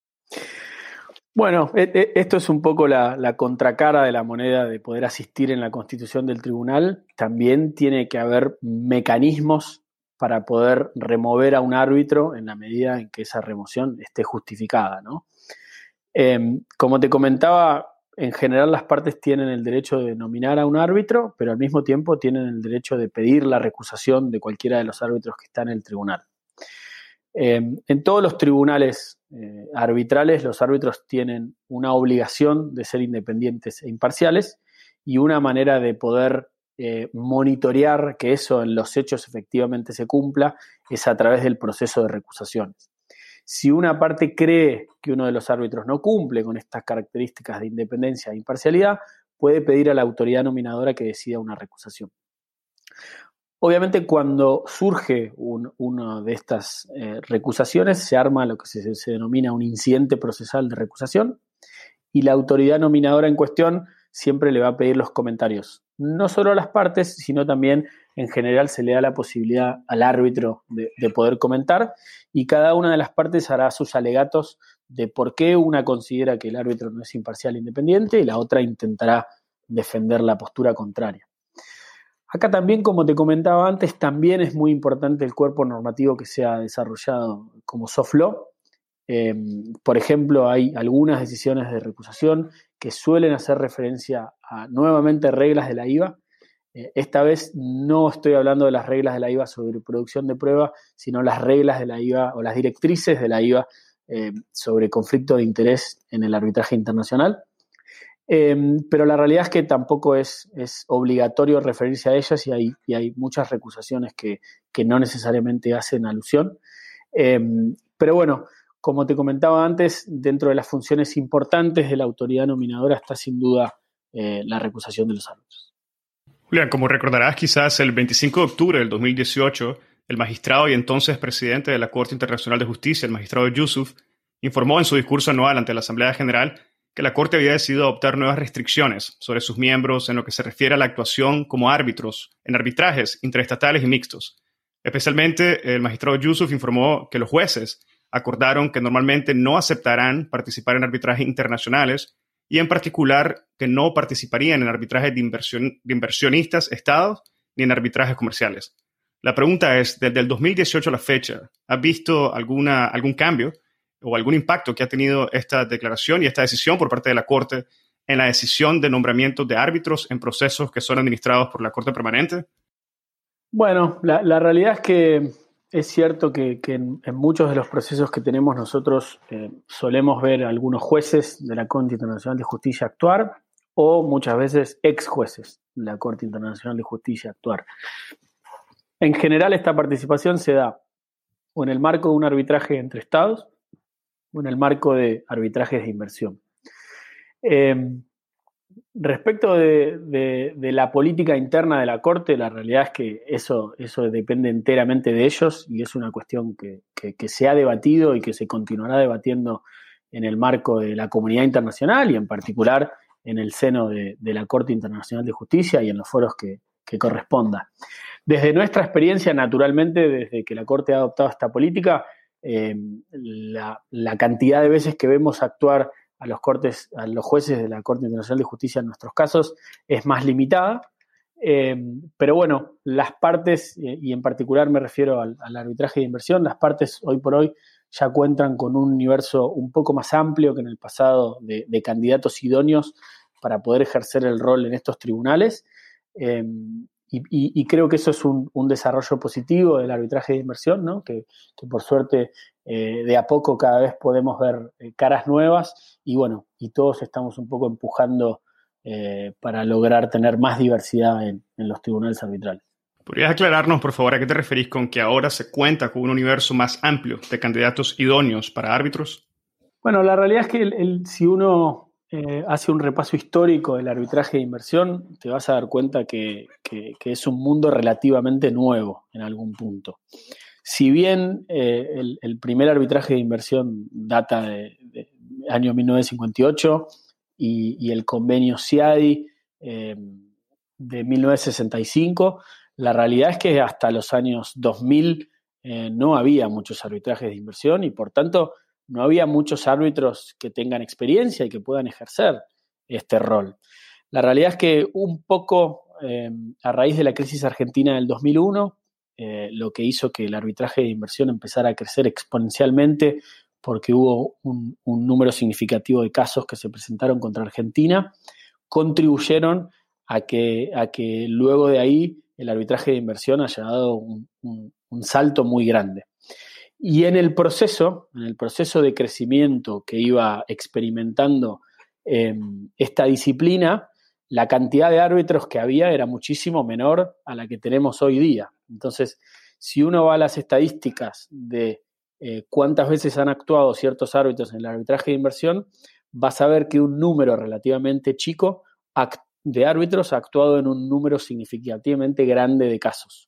Bueno, esto es un poco la, la contracara de la moneda de poder asistir en la constitución del tribunal. También tiene que haber mecanismos para poder remover a un árbitro en la medida en que esa remoción esté justificada, ¿no? Eh, como te comentaba, en general las partes tienen el derecho de nominar a un árbitro, pero al mismo tiempo tienen el derecho de pedir la recusación de cualquiera de los árbitros que están en el tribunal. Eh, en todos los tribunales eh, arbitrales, los árbitros tienen una obligación de ser independientes e imparciales y una manera de poder eh, monitorear que eso en los hechos efectivamente se cumpla es a través del proceso de recusaciones. Si una parte cree que uno de los árbitros no cumple con estas características de independencia e imparcialidad, puede pedir a la autoridad nominadora que decida una recusación. Obviamente, cuando surge un, una de estas eh, recusaciones, se arma lo que se, se denomina un incidente procesal de recusación y la autoridad nominadora en cuestión siempre le va a pedir los comentarios. No solo a las partes, sino también en general se le da la posibilidad al árbitro de, de poder comentar y cada una de las partes hará sus alegatos de por qué una considera que el árbitro no es imparcial e independiente y la otra intentará defender la postura contraria. Acá también, como te comentaba antes, también es muy importante el cuerpo normativo que sea desarrollado como soft law. Eh, por ejemplo, hay algunas decisiones de recusación que suelen hacer referencia a nuevamente reglas de la I V A. Eh, esta vez no estoy hablando de las reglas de la I V A sobre producción de prueba, sino las reglas de la I V A o las directrices de la I V A eh, sobre conflicto de interés en el arbitraje internacional. Eh, pero la realidad es que tampoco es, es obligatorio referirse a ellas y hay, y hay muchas recusaciones que, que no necesariamente hacen alusión. Eh, pero bueno, como te comentaba antes, dentro de las funciones importantes de la autoridad nominadora está sin duda eh, la recusación de los árbitros. Julián, como recordarás, quizás el veinticinco de octubre del dos mil dieciocho, el magistrado y entonces presidente de la Corte Internacional de Justicia, el magistrado Yusuf, informó en su discurso anual ante la Asamblea General que la Corte había decidido adoptar nuevas restricciones sobre sus miembros en lo que se refiere a la actuación como árbitros en arbitrajes interestatales y mixtos. Especialmente, el magistrado Yusuf informó que los jueces acordaron que normalmente no aceptarán participar en arbitrajes internacionales y en particular que no participarían en arbitrajes de, inversión, de inversionistas, estados, ni en arbitrajes comerciales. La pregunta es, desde el dos mil dieciocho a la fecha, ¿has visto alguna, algún cambio o algún impacto que ha tenido esta declaración y esta decisión por parte de la Corte en la decisión de nombramiento de árbitros en procesos que son administrados por la Corte Permanente? Bueno, la, la realidad es que es cierto que, que en, en muchos de los procesos que tenemos nosotros eh, solemos ver a algunos jueces de la Corte Internacional de Justicia actuar o muchas veces ex jueces de la Corte Internacional de Justicia actuar. En general, esta participación se da o en el marco de un arbitraje entre estados o en el marco de arbitrajes de inversión. Eh, respecto de, de, de la política interna de la Corte, la realidad es que eso, eso depende enteramente de ellos y es una cuestión que, que, que se ha debatido y que se continuará debatiendo en el marco de la comunidad internacional y en particular en el seno de, de la Corte Internacional de Justicia y en los foros que, que corresponda. Desde nuestra experiencia, naturalmente, desde que la Corte ha adoptado esta política, eh, la, la cantidad de veces que vemos actuar a los, cortes, a los jueces de la Corte Internacional de Justicia en nuestros casos es más limitada. Eh, pero bueno, las partes, y en particular me refiero al, al arbitraje de inversión, las partes hoy por hoy ya cuentan con un universo un poco más amplio que en el pasado de, de candidatos idóneos para poder ejercer el rol en estos tribunales. Eh, y, y, y creo que eso es un, un desarrollo positivo del arbitraje de inversión, ¿no? que, que por suerte eh, de a poco cada vez podemos ver eh, caras nuevas y bueno, y todos estamos un poco empujando eh, para lograr tener más diversidad en, en los tribunales arbitrales. ¿Podrías aclararnos, por favor, a qué te referís con que ahora se cuenta con un universo más amplio de candidatos idóneos para árbitros? Bueno, la realidad es que el, el, si uno eh, hace un repaso histórico del arbitraje de inversión, te vas a dar cuenta que, que, que es un mundo relativamente nuevo en algún punto. Si bien eh, el, el primer arbitraje de inversión data de, de año mil novecientos cincuenta y ocho y, y el convenio C I A D I eh, de mil novecientos sesenta y cinco, la realidad es que hasta los años dos mil eh, no había muchos arbitrajes de inversión y por tanto no había muchos árbitros que tengan experiencia y que puedan ejercer este rol. La realidad es que un poco eh, a raíz de la crisis argentina del dos mil uno, eh, lo que hizo que el arbitraje de inversión empezara a crecer exponencialmente porque hubo un, un número significativo de casos que se presentaron contra Argentina, contribuyeron a que, a que luego de ahí el arbitraje de inversión haya dado un, un, un salto muy grande. Y en el proceso, en el proceso de crecimiento que iba experimentando eh, esta disciplina, la cantidad de árbitros que había era muchísimo menor a la que tenemos hoy día. Entonces, si uno va a las estadísticas de eh, cuántas veces han actuado ciertos árbitros en el arbitraje de inversión, vas a ver que un número relativamente chico de árbitros ha actuado en un número significativamente grande de casos.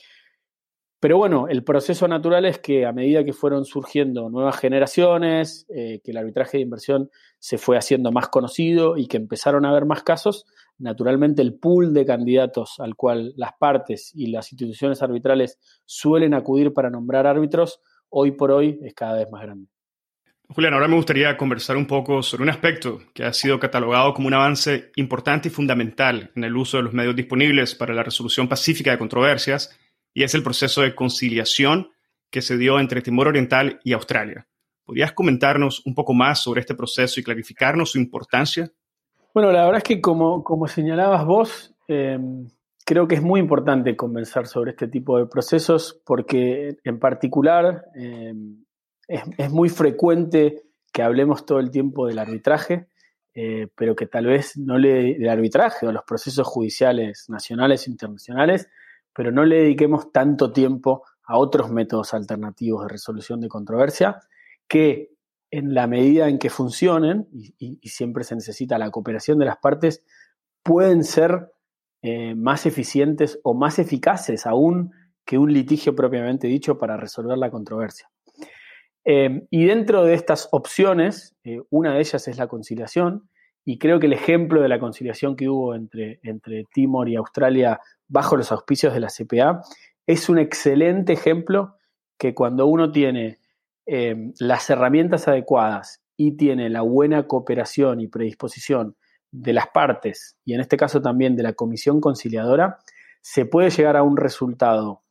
Pero bueno, el proceso natural es que a medida que fueron surgiendo nuevas generaciones, eh, que el arbitraje de inversión se fue haciendo más conocido y que empezaron a haber más casos, naturalmente el pool de candidatos al cual las partes y las instituciones arbitrales suelen acudir para nombrar árbitros, hoy por hoy es cada vez más grande. Julián, ahora me gustaría conversar un poco sobre un aspecto que ha sido catalogado como un avance importante y fundamental en el uso de los medios disponibles para la resolución pacífica de controversias, y es el proceso de conciliación que se dio entre Timor Oriental y Australia. ¿Podrías comentarnos un poco más sobre este proceso y clarificarnos su importancia? Bueno, la verdad es que como, como señalabas vos, eh, creo que es muy importante conversar sobre este tipo de procesos porque en particular eh, es, es muy frecuente que hablemos todo el tiempo del arbitraje, eh, pero que tal vez no le del arbitraje o los procesos judiciales nacionales e internacionales, pero no le dediquemos tanto tiempo a otros métodos alternativos de resolución de controversia que en la medida en que funcionen, y, y, y siempre se necesita la cooperación de las partes, pueden ser eh, más eficientes o más eficaces aún que un litigio propiamente dicho para resolver la controversia. Eh, y dentro de estas opciones, eh, una de ellas es la conciliación, y creo que el ejemplo de la conciliación que hubo entre, entre Timor y Australia bajo los auspicios de la C P A es un excelente ejemplo que cuando uno tiene eh, las herramientas adecuadas y tiene la buena cooperación y predisposición de las partes, y en este caso también de la comisión conciliadora, se puede llegar a un resultado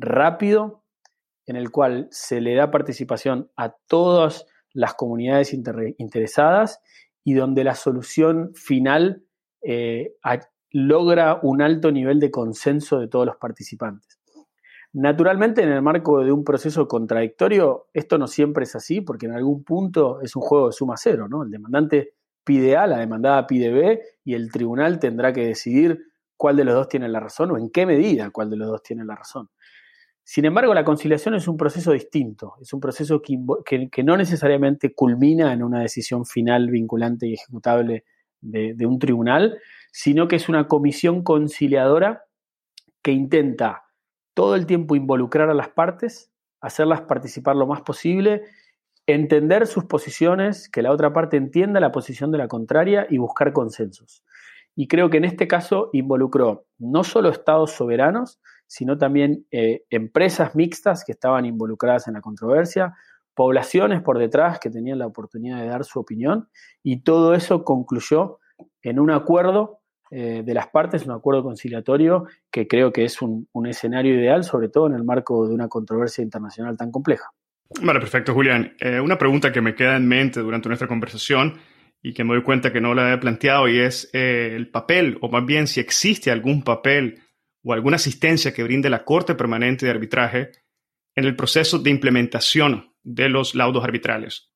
rápido en el cual se le da participación a todas las comunidades inter- interesadas y donde la solución final eh, a, logra un alto nivel de consenso de todos los participantes. Naturalmente, en el marco de un proceso contradictorio, esto no siempre es así, porque en algún punto es un juego de suma cero, ¿no? El demandante pide A, la demandada pide B, y el tribunal tendrá que decidir cuál de los dos tiene la razón o en qué medida cuál de los dos tiene la razón. Sin embargo, la conciliación es un proceso distinto, es un proceso que, que, que no necesariamente culmina en una decisión final vinculante y ejecutable de, de un tribunal, sino que es una comisión conciliadora que intenta todo el tiempo involucrar a las partes, hacerlas participar lo más posible, entender sus posiciones, que la otra parte entienda la posición de la contraria y buscar consensos. Y creo que en este caso involucró no solo estados soberanos, sino también eh, empresas mixtas que estaban involucradas en la controversia, poblaciones por detrás que tenían la oportunidad de dar su opinión, y todo eso concluyó en un acuerdo eh, de las partes, un acuerdo conciliatorio que creo que es un, un escenario ideal, sobre todo en el marco de una controversia internacional tan compleja. Vale, perfecto, Julián. Eh, una pregunta que me queda en mente durante nuestra conversación y que me doy cuenta que no la he planteado, y es eh, el papel, o más bien si existe algún papel o alguna asistencia que brinde la Corte Permanente de Arbitraje en el proceso de implementación de los laudos arbitrales.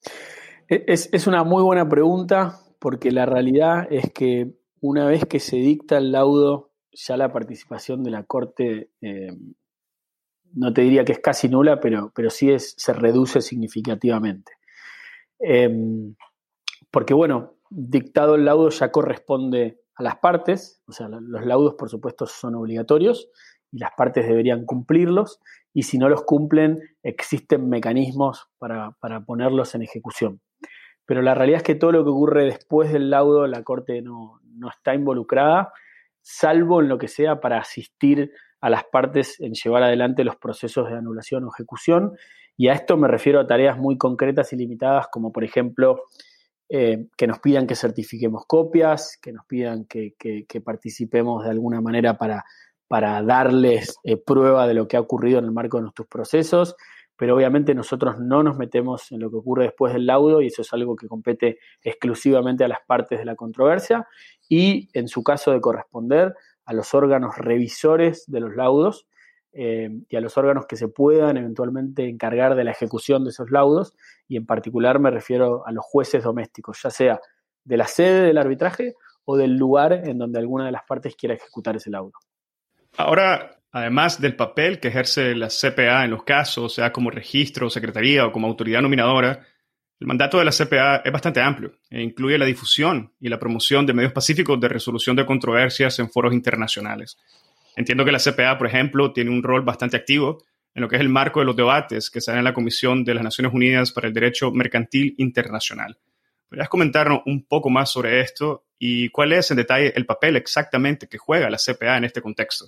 Es, es una muy buena pregunta, porque la realidad es que una vez que se dicta el laudo, ya la participación de la Corte, eh, no te diría que es casi nula, pero, pero sí es, se reduce significativamente. Eh, porque bueno, dictado el laudo ya corresponde a las partes, o sea, los laudos por supuesto son obligatorios y las partes deberían cumplirlos, y si no los cumplen existen mecanismos para, para ponerlos en ejecución. Pero la realidad es que todo lo que ocurre después del laudo, la Corte no, no está involucrada, salvo en lo que sea para asistir a las partes en llevar adelante los procesos de anulación o ejecución, y a esto me refiero a tareas muy concretas y limitadas, como por ejemplo eh, que nos pidan que certifiquemos copias, que nos pidan que, que, que participemos de alguna manera para, para darles eh, prueba de lo que ha ocurrido en el marco de nuestros procesos. Pero obviamente nosotros no nos metemos en lo que ocurre después del laudo, y eso es algo que compete exclusivamente a las partes de la controversia y, en su caso de corresponder, a los órganos revisores de los laudos eh, y a los órganos que se puedan eventualmente encargar de la ejecución de esos laudos, y en particular me refiero a los jueces domésticos, ya sea de la sede del arbitraje o del lugar en donde alguna de las partes quiera ejecutar ese laudo. Ahora, además del papel que ejerce la C P A en los casos, sea como registro, secretaría o como autoridad nominadora, el mandato de la C P A es bastante amplio e incluye la difusión y la promoción de medios pacíficos de resolución de controversias en foros internacionales. Entiendo que la C P A, por ejemplo, tiene un rol bastante activo en lo que es el marco de los debates que se dan en la Comisión de las Naciones Unidas para el Derecho Mercantil Internacional. ¿Podrías comentarnos un poco más sobre esto y cuál es en detalle el papel exactamente que juega la C P A en este contexto?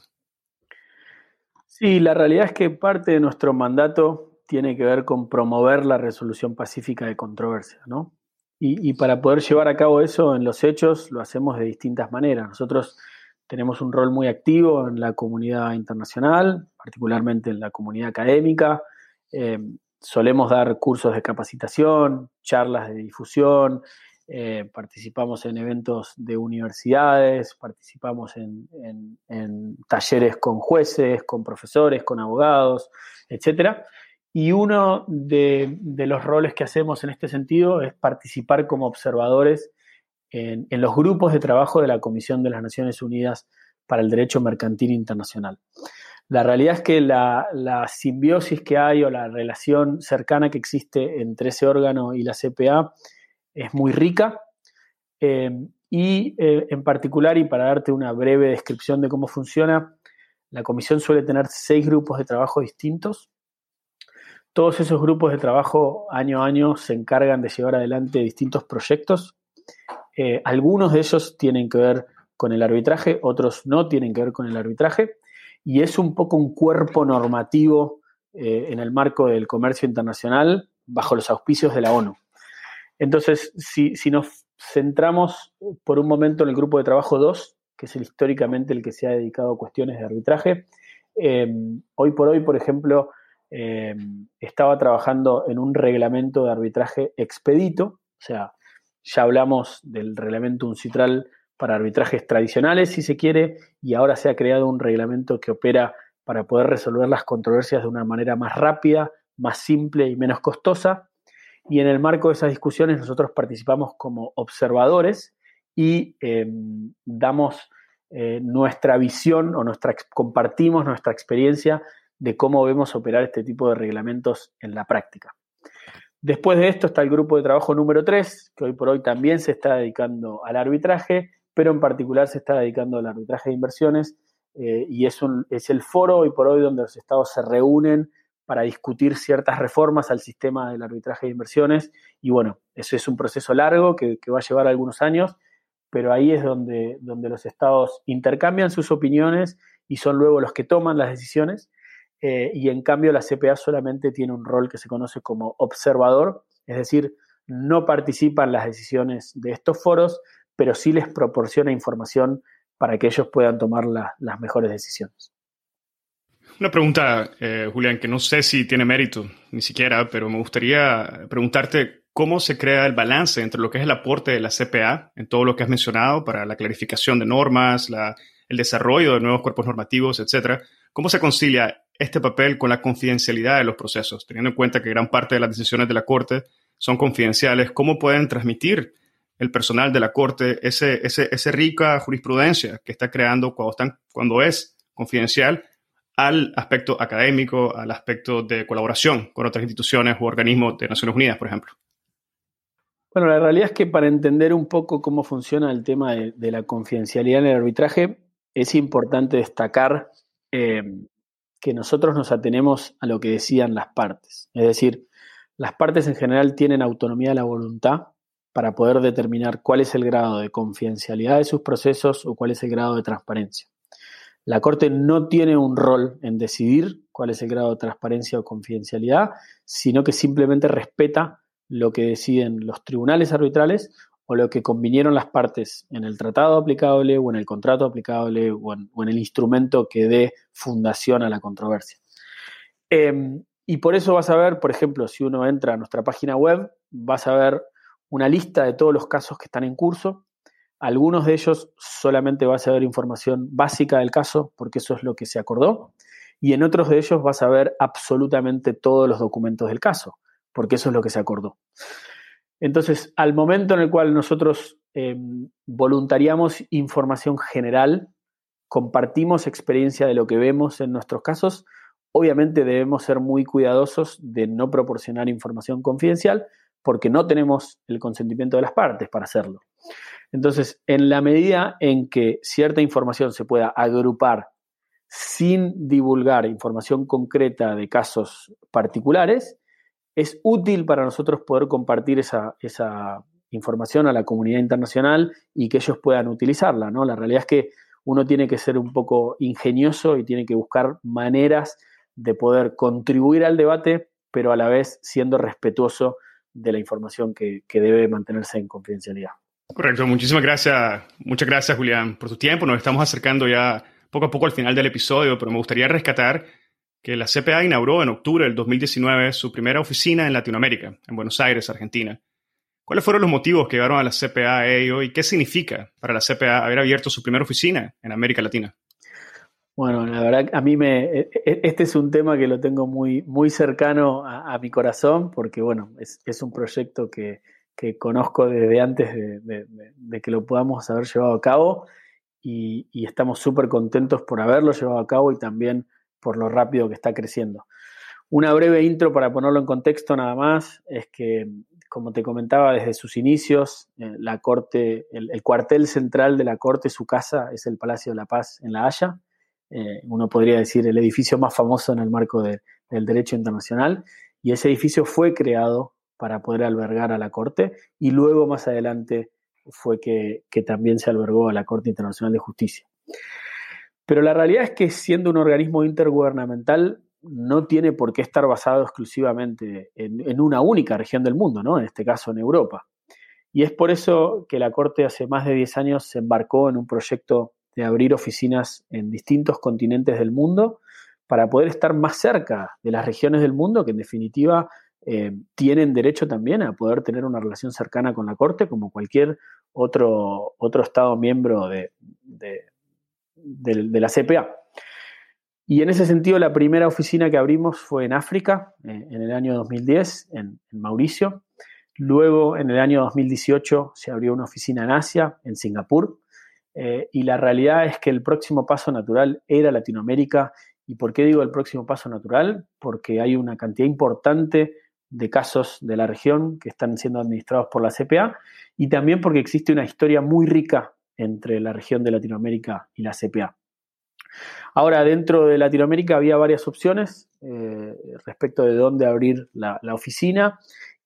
Sí, la realidad es que parte de nuestro mandato tiene que ver con promover la resolución pacífica de controversias, ¿no? Y, y para poder llevar a cabo eso en los hechos lo hacemos de distintas maneras. Nosotros tenemos un rol muy activo en la comunidad internacional, particularmente en la comunidad académica. Eh, solemos dar cursos de capacitación, charlas de difusión, eh, participamos en eventos de universidades, participamos en, en, en talleres con jueces, con profesores, con abogados, etcétera. Y uno de, de los roles que hacemos en este sentido es participar como observadores en, en los grupos de trabajo de la Comisión de las Naciones Unidas para el Derecho Mercantil Internacional. La realidad es que la, la simbiosis que hay o la relación cercana que existe entre ese órgano y la C P A es muy rica. Eh, y eh, en particular, y para darte una breve descripción de cómo funciona, la comisión suele tener seis grupos de trabajo distintos. Todos esos grupos de trabajo año a año se encargan de llevar adelante distintos proyectos. Eh, algunos de ellos tienen que ver con el arbitraje, otros no tienen que ver con el arbitraje, y es un poco un cuerpo normativo eh, en el marco del comercio internacional bajo los auspicios de la ONU. Entonces, si, si nos centramos por un momento en el grupo de trabajo dos, que es el, históricamente el que se ha dedicado a cuestiones de arbitraje, eh, hoy por hoy, por ejemplo, eh, estaba trabajando en un reglamento de arbitraje expedito, o sea, ya hablamos del reglamento UNCITRAL para arbitrajes tradicionales, si se quiere, y ahora se ha creado un reglamento que opera para poder resolver las controversias de una manera más rápida, más simple y menos costosa. Y en el marco de esas discusiones nosotros participamos como observadores y eh, damos eh, nuestra visión o nuestra, compartimos nuestra experiencia de cómo vemos operar este tipo de reglamentos en la práctica. Después de esto está el grupo de trabajo número tres, que hoy por hoy también se está dedicando al arbitraje, pero en particular se está dedicando al arbitraje de inversiones eh, y es, un, es el foro hoy por hoy donde los estados se reúnen para discutir ciertas reformas al sistema del arbitraje de inversiones. Y bueno, eso es un proceso largo que, que va a llevar algunos años, pero ahí es donde, donde los estados intercambian sus opiniones y son luego los que toman las decisiones. Eh, y en cambio la C P A solamente tiene un rol que se conoce como observador, es decir, no participa en las decisiones de estos foros, pero sí les proporciona información para que ellos puedan tomar la, las mejores decisiones. Una pregunta, eh, Julián, que no sé si tiene mérito, ni siquiera, pero me gustaría preguntarte cómo se crea el balance entre lo que es el aporte de la C P A en todo lo que has mencionado para la clarificación de normas, la, el desarrollo de nuevos cuerpos normativos, etcétera. ¿Cómo se concilia este papel con la confidencialidad de los procesos? Teniendo en cuenta que gran parte de las decisiones de la Corte son confidenciales, ¿cómo pueden transmitir el personal de la Corte ese, ese, esa rica jurisprudencia que está creando cuando, están, cuando es confidencial al aspecto académico, al aspecto de colaboración con otras instituciones o organismos de Naciones Unidas, por ejemplo? Bueno, la realidad es que para entender un poco cómo funciona el tema de, de la confidencialidad en el arbitraje, es importante destacar eh, que nosotros nos atenemos a lo que decían las partes. Es decir, las partes en general tienen autonomía de la voluntad para poder determinar cuál es el grado de confidencialidad de sus procesos o cuál es el grado de transparencia. La Corte no tiene un rol en decidir cuál es el grado de transparencia o confidencialidad, sino que simplemente respeta lo que deciden los tribunales arbitrales o lo que convinieron las partes en el tratado aplicable o en el contrato aplicable o en, o en el instrumento que dé fundación a la controversia. Eh, y por eso vas a ver, por ejemplo, si uno entra a nuestra página web, vas a ver una lista de todos los casos que están en curso. Algunos de ellos solamente vas a ver información básica del caso, porque eso es lo que se acordó, y en otros de ellos vas a ver absolutamente todos los documentos del caso, porque eso es lo que se acordó. Entonces, al momento en el cual nosotros eh, voluntariamos información general, compartimos experiencia de lo que vemos en nuestros casos, obviamente debemos ser muy cuidadosos de no proporcionar información confidencial, porque no tenemos el consentimiento de las partes para hacerlo. Entonces, en la medida en que cierta información se pueda agrupar sin divulgar información concreta de casos particulares, es útil para nosotros poder compartir esa, esa información a la comunidad internacional y que ellos puedan utilizarla, ¿no? La realidad es que uno tiene que ser un poco ingenioso y tiene que buscar maneras de poder contribuir al debate, pero a la vez siendo respetuoso de la información que, que debe mantenerse en confidencialidad. Correcto. Muchísimas gracias. Muchas gracias, Julián, por tu tiempo. Nos estamos acercando ya poco a poco al final del episodio, pero me gustaría rescatar que la C P A inauguró en octubre del dos mil diecinueve su primera oficina en Latinoamérica, en Buenos Aires, Argentina. ¿Cuáles fueron los motivos que llevaron a la C P A a ello y qué significa para la C P A haber abierto su primera oficina en América Latina? Bueno, la verdad, a mí me, este es un tema que lo tengo muy, muy cercano a, a mi corazón, porque bueno, es, es un proyecto que, que conozco desde antes de, de, de, de que lo podamos haber llevado a cabo y, y estamos súper contentos por haberlo llevado a cabo y también por lo rápido que está creciendo. Una breve intro para ponerlo en contexto nada más, es que, como te comentaba, desde sus inicios, eh, la corte, el, el cuartel central de la corte, su casa, es el Palacio de la Paz en La Haya. Eh, uno podría decir el edificio más famoso en el marco de, del derecho internacional, y ese edificio fue creado para poder albergar a la corte, y luego más adelante fue que, que también se albergó a la Corte Internacional de Justicia. Pero la realidad es que, siendo un organismo intergubernamental, no tiene por qué estar basado exclusivamente en, en una única región del mundo, ¿no? En este caso en Europa. Y es por eso que la Corte hace más de diez años se embarcó en un proyecto de abrir oficinas en distintos continentes del mundo para poder estar más cerca de las regiones del mundo que, en definitiva, eh, tienen derecho también a poder tener una relación cercana con la Corte, como cualquier otro, otro Estado miembro de, de, de, de la C P A. Y en ese sentido, la primera oficina que abrimos fue en África, eh, en el año dos mil diez, en, en Mauricio. Luego, en el año dos mil dieciocho, se abrió una oficina en Asia, en Singapur. Eh, y la realidad es que el próximo paso natural era Latinoamérica. ¿Y por qué digo el próximo paso natural? Porque hay una cantidad importante de casos de la región que están siendo administrados por la C P A, y también porque existe una historia muy rica entre la región de Latinoamérica y la C P A. Ahora, dentro de Latinoamérica había varias opciones eh, respecto de dónde abrir la, la oficina,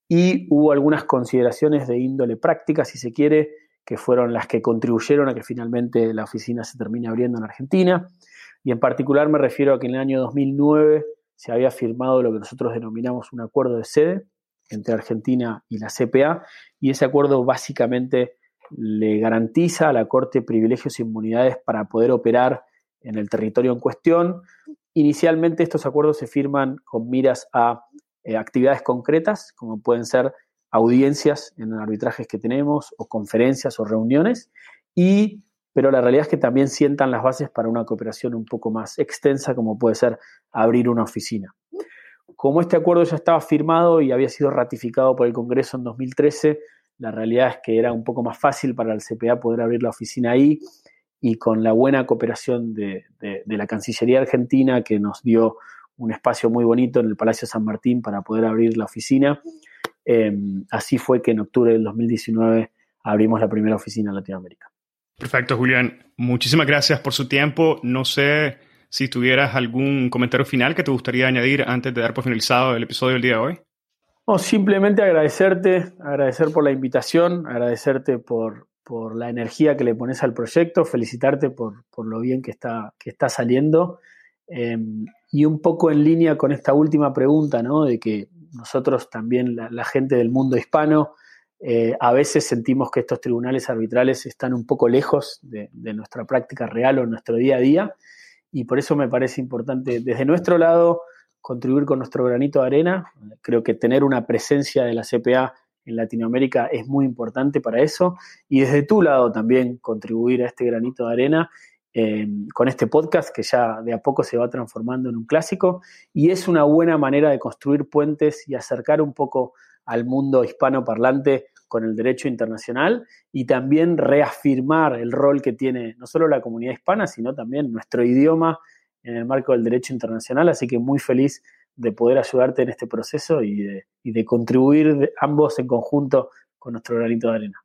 y hubo algunas consideraciones de índole práctica, si se quiere, que fueron las que contribuyeron a que finalmente la oficina se termine abriendo en Argentina. Y en particular me refiero a que en el año dos mil nueve se había firmado lo que nosotros denominamos un acuerdo de sede entre Argentina y la C P A, y ese acuerdo básicamente le garantiza a la Corte privilegios e inmunidades para poder operar en el territorio en cuestión. Inicialmente estos acuerdos se firman con miras a eh, actividades concretas, como pueden ser audiencias en arbitrajes que tenemos, o conferencias o reuniones, y, pero la realidad es que también sientan las bases para una cooperación un poco más extensa, como puede ser abrir una oficina. Como este acuerdo ya estaba firmado y había sido ratificado por el Congreso en dos mil trece, la realidad es que era un poco más fácil para el C P A poder abrir la oficina ahí, y con la buena cooperación de, de, de la Cancillería Argentina, que nos dio un espacio muy bonito en el Palacio San Martín para poder abrir la oficina, eh, así fue que en octubre del dos mil diecinueve abrimos la primera oficina en Latinoamérica. Perfecto, Julián. Muchísimas gracias por su tiempo. No sé si tuvieras algún comentario final que te gustaría añadir antes de dar por finalizado el episodio del día de hoy. No, simplemente agradecerte, agradecer por la invitación, agradecerte por, por la energía que le pones al proyecto, felicitarte por, por lo bien que está, que está saliendo, eh, y un poco en línea con esta última pregunta, ¿no? De que nosotros también, la, la gente del mundo hispano, eh, a veces sentimos que estos tribunales arbitrales están un poco lejos de, de nuestra práctica real o nuestro día a día, y por eso me parece importante desde nuestro lado contribuir con nuestro granito de arena. Creo que tener una presencia de la C P A en Latinoamérica es muy importante para eso, y desde tu lado también contribuir a este granito de arena eh, con este podcast que ya de a poco se va transformando en un clásico, y es una buena manera de construir puentes y acercar un poco al mundo hispanoparlante con el derecho internacional, y también reafirmar el rol que tiene no solo la comunidad hispana, sino también nuestro idioma en el marco del derecho internacional. Así que muy feliz de poder ayudarte en este proceso y de, y de contribuir de ambos en conjunto con nuestro granito de arena.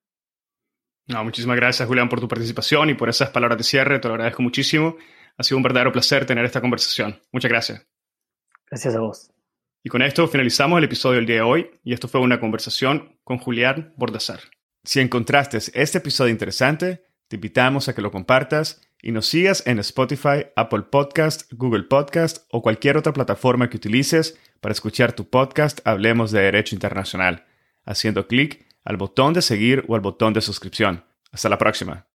No, muchísimas gracias, Julián, por tu participación y por esas palabras de cierre. Te lo agradezco muchísimo. Ha sido un verdadero placer tener esta conversación. Muchas gracias. Gracias a vos. Y con esto finalizamos el episodio del día de hoy, y esto fue una conversación con Julián Bordazar. Si encontraste este episodio interesante, te invitamos a que lo compartas y nos sigas en Spotify, Apple Podcast, Google Podcast o cualquier otra plataforma que utilices para escuchar tu podcast Hablemos de Derecho Internacional, haciendo clic al botón de seguir o al botón de suscripción. Hasta la próxima.